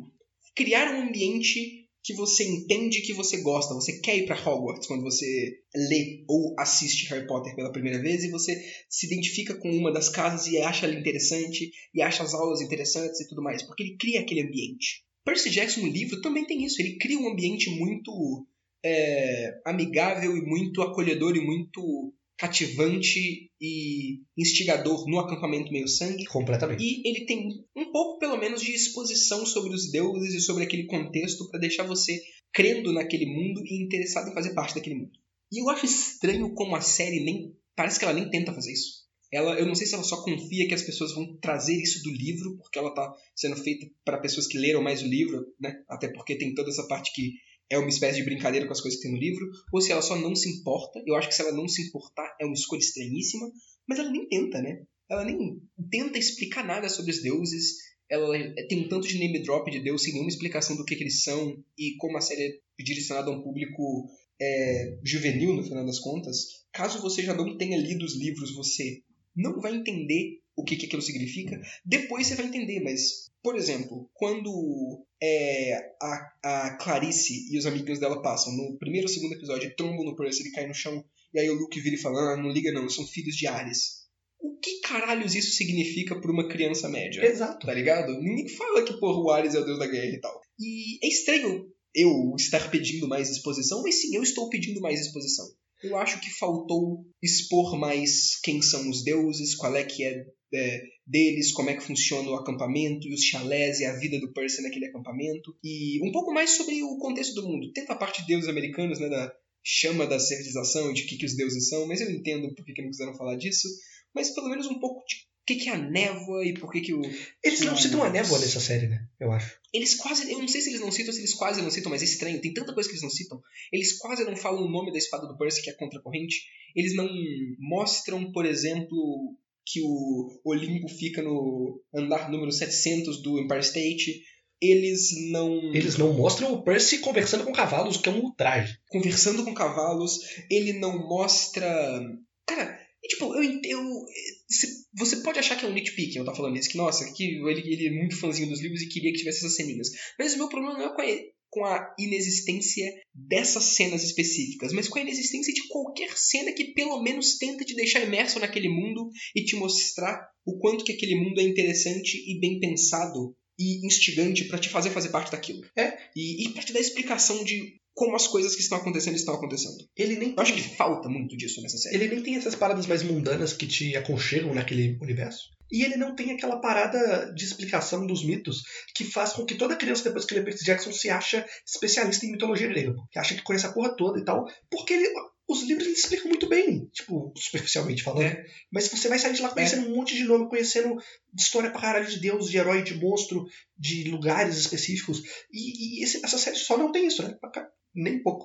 criar um ambiente que você entende, que você gosta. Você quer ir para Hogwarts quando você lê ou assiste Harry Potter pela primeira vez e você se identifica com uma das casas e acha ela interessante e acha as aulas interessantes e tudo mais, porque ele cria aquele ambiente. Percy Jackson, no livro, também tem isso. Ele cria um ambiente muito amigável e muito acolhedor e muito cativante e instigador no acampamento meio-sangue. Completamente. E ele tem um pouco, pelo menos, de exposição sobre os deuses e sobre aquele contexto para deixar você crendo naquele mundo e interessado em fazer parte daquele mundo. E eu acho estranho como a série parece que ela nem tenta fazer isso. Eu não sei se ela só confia que as pessoas vão trazer isso do livro, porque ela está sendo feita para pessoas que leram mais o livro, né? Até porque tem toda essa parte que é uma espécie de brincadeira com as coisas que tem no livro, ou se ela só não se importa. Eu acho que se ela não se importar é uma escolha estranhíssima, mas ela nem tenta, né? Ela nem tenta explicar nada sobre os deuses, ela tem um tanto de name drop de Deus sem nenhuma explicação do que eles são, e como a série é direcionada a um público juvenil, no final das contas, caso você já não tenha lido os livros, você não vai entender o que aquilo significa. Depois você vai entender, mas, por exemplo, quando a Clarice e os amigos dela passam no primeiro ou segundo episódio, trombam no Percy, ele cai no chão, e aí o Luke vira e fala, não liga não, são filhos de Ares. O que caralhos isso significa pra uma criança média? Exato. Tá ligado? Ninguém fala que, porra, o Ares é o deus da guerra e tal. E é estranho eu estar pedindo mais exposição, mas sim, eu estou pedindo mais exposição. Eu acho que faltou expor mais quem são os deuses, qual é que é deles, como é que funciona o acampamento e os chalés e a vida do Percy naquele acampamento. E um pouco mais sobre o contexto do mundo. Tenta a parte de deuses americanos, né, da chama da civilização, de que os deuses são, mas eu entendo por que não quiseram falar disso. Mas pelo menos um pouco de o que é a névoa e por que o... Eles não citam a névoa nessa série, né? Eu acho. Eles quase... Eu não sei se eles não citam ou se eles quase não citam, mas é estranho. Tem tanta coisa que eles não citam. Eles quase não falam o nome da espada do Percy, que é a contracorrente. Eles não mostram, por exemplo, que o Olimpo fica no andar número 700 do Empire State. Eles não mostram o Percy conversando com cavalos, que é um ultraje. Conversando com cavalos. Ele não mostra... Cara... E, tipo, você pode achar que é um nitpicking, eu tô falando isso, que, nossa, que ele é muito fãzinho dos livros e queria que tivesse essas ceninhas. Mas o meu problema não é com a inexistência dessas cenas específicas, mas com a inexistência de qualquer cena que pelo menos tenta te deixar imerso naquele mundo e te mostrar o quanto que aquele mundo é interessante e bem pensado e instigante pra te fazer parte daquilo. E pra te dar explicação de como as coisas que estão acontecendo. Eu acho que falta muito disso nessa série. Ele nem tem essas paradas mais mundanas que te aconchegam naquele universo. E ele não tem aquela parada de explicação dos mitos que faz com que toda criança, depois que lê Percy Jackson, se acha especialista em mitologia grega. Que acha que conhece a porra toda e tal. Porque os livros eles explicam muito bem. Tipo, tipo, superficialmente falando. Mas você vai sair de lá conhecendo um monte de nome, conhecendo história pra caralho de Deus, de herói, de monstro, de lugares específicos. E essa série só não tem isso, né? Nem pouco.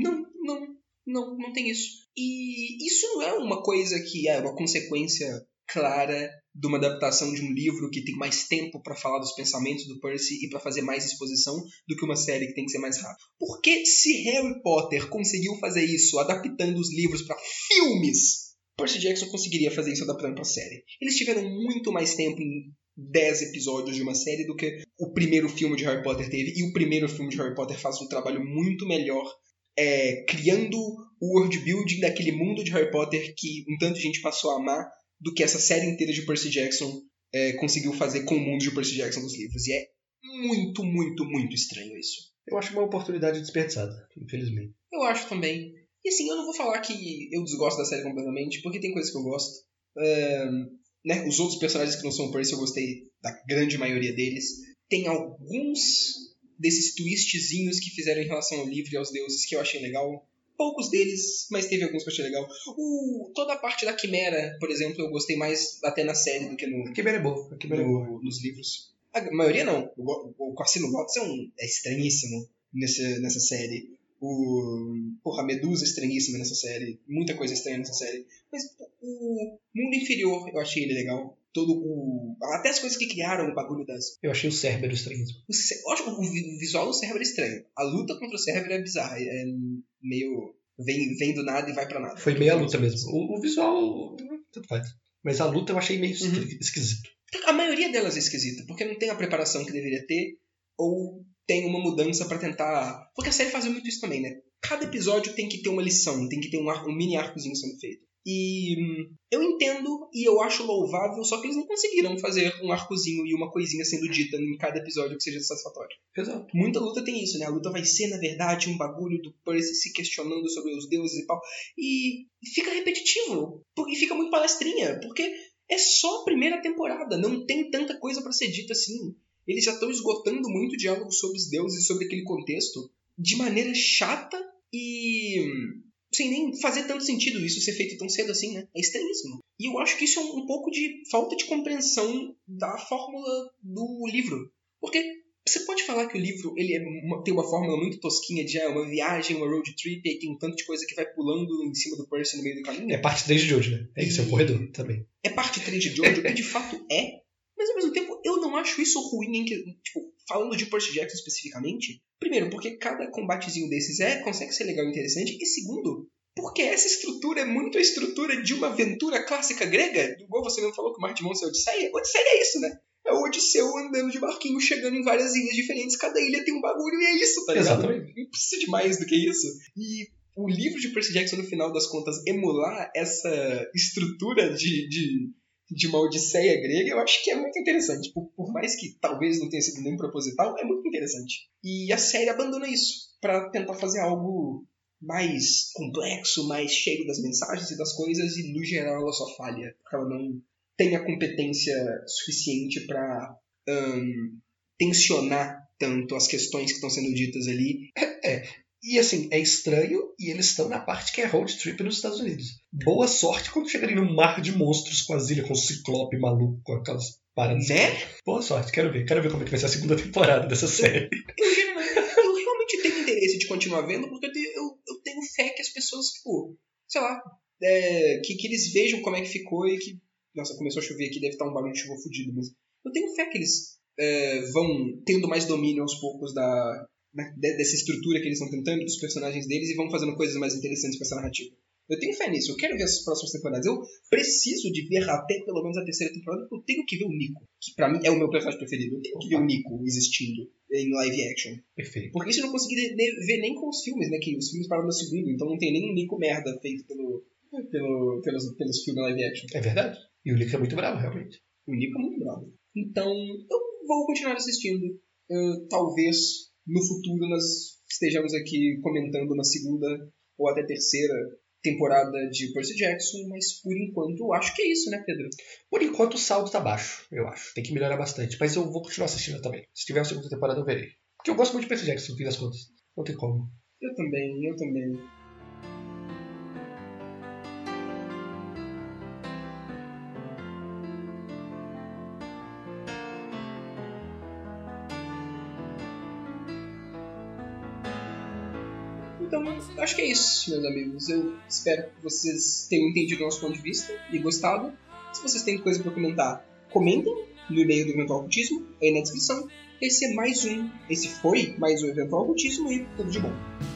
Não tem isso. E isso não é uma coisa que é uma consequência clara de uma adaptação de um livro que tem mais tempo para falar dos pensamentos do Percy e para fazer mais exposição do que uma série que tem que ser mais rápida. Porque se Harry Potter conseguiu fazer isso adaptando os livros para filmes, Percy Jackson conseguiria fazer isso adaptando para série. Eles tiveram muito mais tempo em 10 episódios de uma série do que o primeiro filme de Harry Potter teve, e o primeiro filme de Harry Potter faz um trabalho muito melhor criando o world building daquele mundo de Harry Potter que um tanto de gente passou a amar do que essa série inteira de Percy Jackson conseguiu fazer com o mundo de Percy Jackson dos livros. E é muito, muito, muito estranho isso. Eu acho uma oportunidade desperdiçada, infelizmente. Eu acho também. E assim, eu não vou falar que eu desgosto da série completamente, porque tem coisas que eu gosto. Né? Os outros personagens que não são o Percy, eu gostei da grande maioria deles. Tem alguns desses twistzinhos que fizeram em relação ao livro e aos deuses que eu achei legal. Poucos deles, mas teve alguns que eu achei legal. Toda a parte da Quimera, por exemplo, eu gostei mais até na série do que no... A Quimera é boa. Nos livros. A maioria não. O Cassino Lopes é estranhíssimo nessa série. A Medusa é estranhíssima nessa série. Muita coisa estranha nessa série. Mas o Mundo Inferior, eu achei ele legal. Até as coisas que criaram o bagulho das... Eu achei o Cérbero estranhíssimo. O visual do Cérbero é estranho. A luta contra o Cérbero é bizarra. É meio... Vem do nada e vai pra nada. Foi meio a luta mesmo. O visual... Tanto faz. Mas a luta eu achei meio esquisito. A maioria delas é esquisita. Porque não tem a preparação que deveria ter. Ou tem uma mudança pra tentar... Porque a série fazia muito isso também, né? Cada episódio tem que ter uma lição. Tem que ter um mini arcozinho sendo feito. E eu entendo e eu acho louvável, só que eles não conseguiram fazer um arcozinho e uma coisinha sendo dita em cada episódio que seja satisfatório. Exato. Muita luta tem isso, né? A luta vai ser, na verdade, um bagulho do Percy se questionando sobre os deuses e tal. E fica repetitivo. E fica muito palestrinha, porque é só a primeira temporada. Não tem tanta coisa pra ser dita assim. Eles já estão esgotando muito diálogo sobre os deuses e sobre aquele contexto de maneira chata e... sem nem fazer tanto sentido isso ser feito tão cedo assim, né? É estranhíssimo. E eu acho que isso é um pouco de falta de compreensão da fórmula do livro. Porque você pode falar que o livro ele tem uma fórmula muito tosquinha de uma viagem, uma road trip, e tem um tanto de coisa que vai pulando em cima do Percy no meio do caminho. É parte 3 de Jojo, né? É isso, é o corredor também. É parte 3 de Jojo, e de fato é. Mas ao mesmo tempo, eu não acho isso ruim em que, tipo, falando de Percy Jackson especificamente. Primeiro, porque cada combatezinho desses consegue ser legal e interessante. E segundo, porque essa estrutura é muito a estrutura de uma aventura clássica grega. Igual você mesmo falou que o Mar de Monstros é Odisseia. Odisseia é isso, né? É o Odisseu andando de barquinho, chegando em várias ilhas diferentes. Cada ilha tem um bagulho e é isso, tá ligado? Exatamente. Não precisa de mais do que isso. E o livro de Percy Jackson, no final das contas, emular essa estrutura de uma odisseia grega, eu acho que é muito interessante. Por mais que talvez não tenha sido nem proposital, é muito interessante. E a série abandona isso pra tentar fazer algo mais complexo, mais cheio das mensagens e das coisas, e no geral ela só falha. Porque ela não tem a competência suficiente pra tensionar tanto as questões que estão sendo ditas ali. E assim, é estranho, e eles estão na parte que é road trip nos Estados Unidos. Boa sorte quando chegarem no mar de monstros com as ilhas, com o ciclope maluco, com aquelas paradas. Né? Boa sorte, quero ver como é que vai ser a segunda temporada dessa série. Eu realmente tenho interesse de continuar vendo, porque eu tenho fé que as pessoas, tipo, sei lá, que eles vejam como é que ficou e que... Nossa, começou a chover aqui, deve estar um barulho de chuva fudido, mas eu tenho fé que eles vão tendo mais domínio aos poucos dessa estrutura que eles estão tentando, dos personagens deles, e vão fazendo coisas mais interessantes com essa narrativa. Eu tenho fé nisso, eu quero ver as próximas temporadas. Eu preciso de ver até pelo menos a terceira temporada, porque eu tenho que ver o Nico, que pra mim é o meu personagem preferido. Eu tenho que ver o Nico existindo em live action. Perfeito. Porque isso eu não consegui ver nem com os filmes, né? Que os filmes pararam no segundo, então não tem nem um Nico merda feito pelos filmes live action. É verdade. E o Nico é muito bravo, realmente. O Nico é muito bravo. Então, eu vou continuar assistindo. Talvez no futuro nós estejamos aqui comentando uma segunda ou até terceira temporada de Percy Jackson, mas por enquanto eu acho que é isso, né, Pedro? Por enquanto o saldo tá baixo, eu acho. Tem que melhorar bastante. Mas eu vou continuar assistindo também. Se tiver uma segunda temporada eu verei. Porque eu gosto muito de Percy Jackson, no fim das contas. Não tem como. Eu também. Então, acho que é isso, meus amigos. Eu espero que vocês tenham entendido o nosso ponto de vista e gostado. Se vocês têm coisa para comentar, comentem no e-mail do Eventual Ocultismo, aí na descrição. Esse foi mais um Eventual Ocultismo e tudo de bom.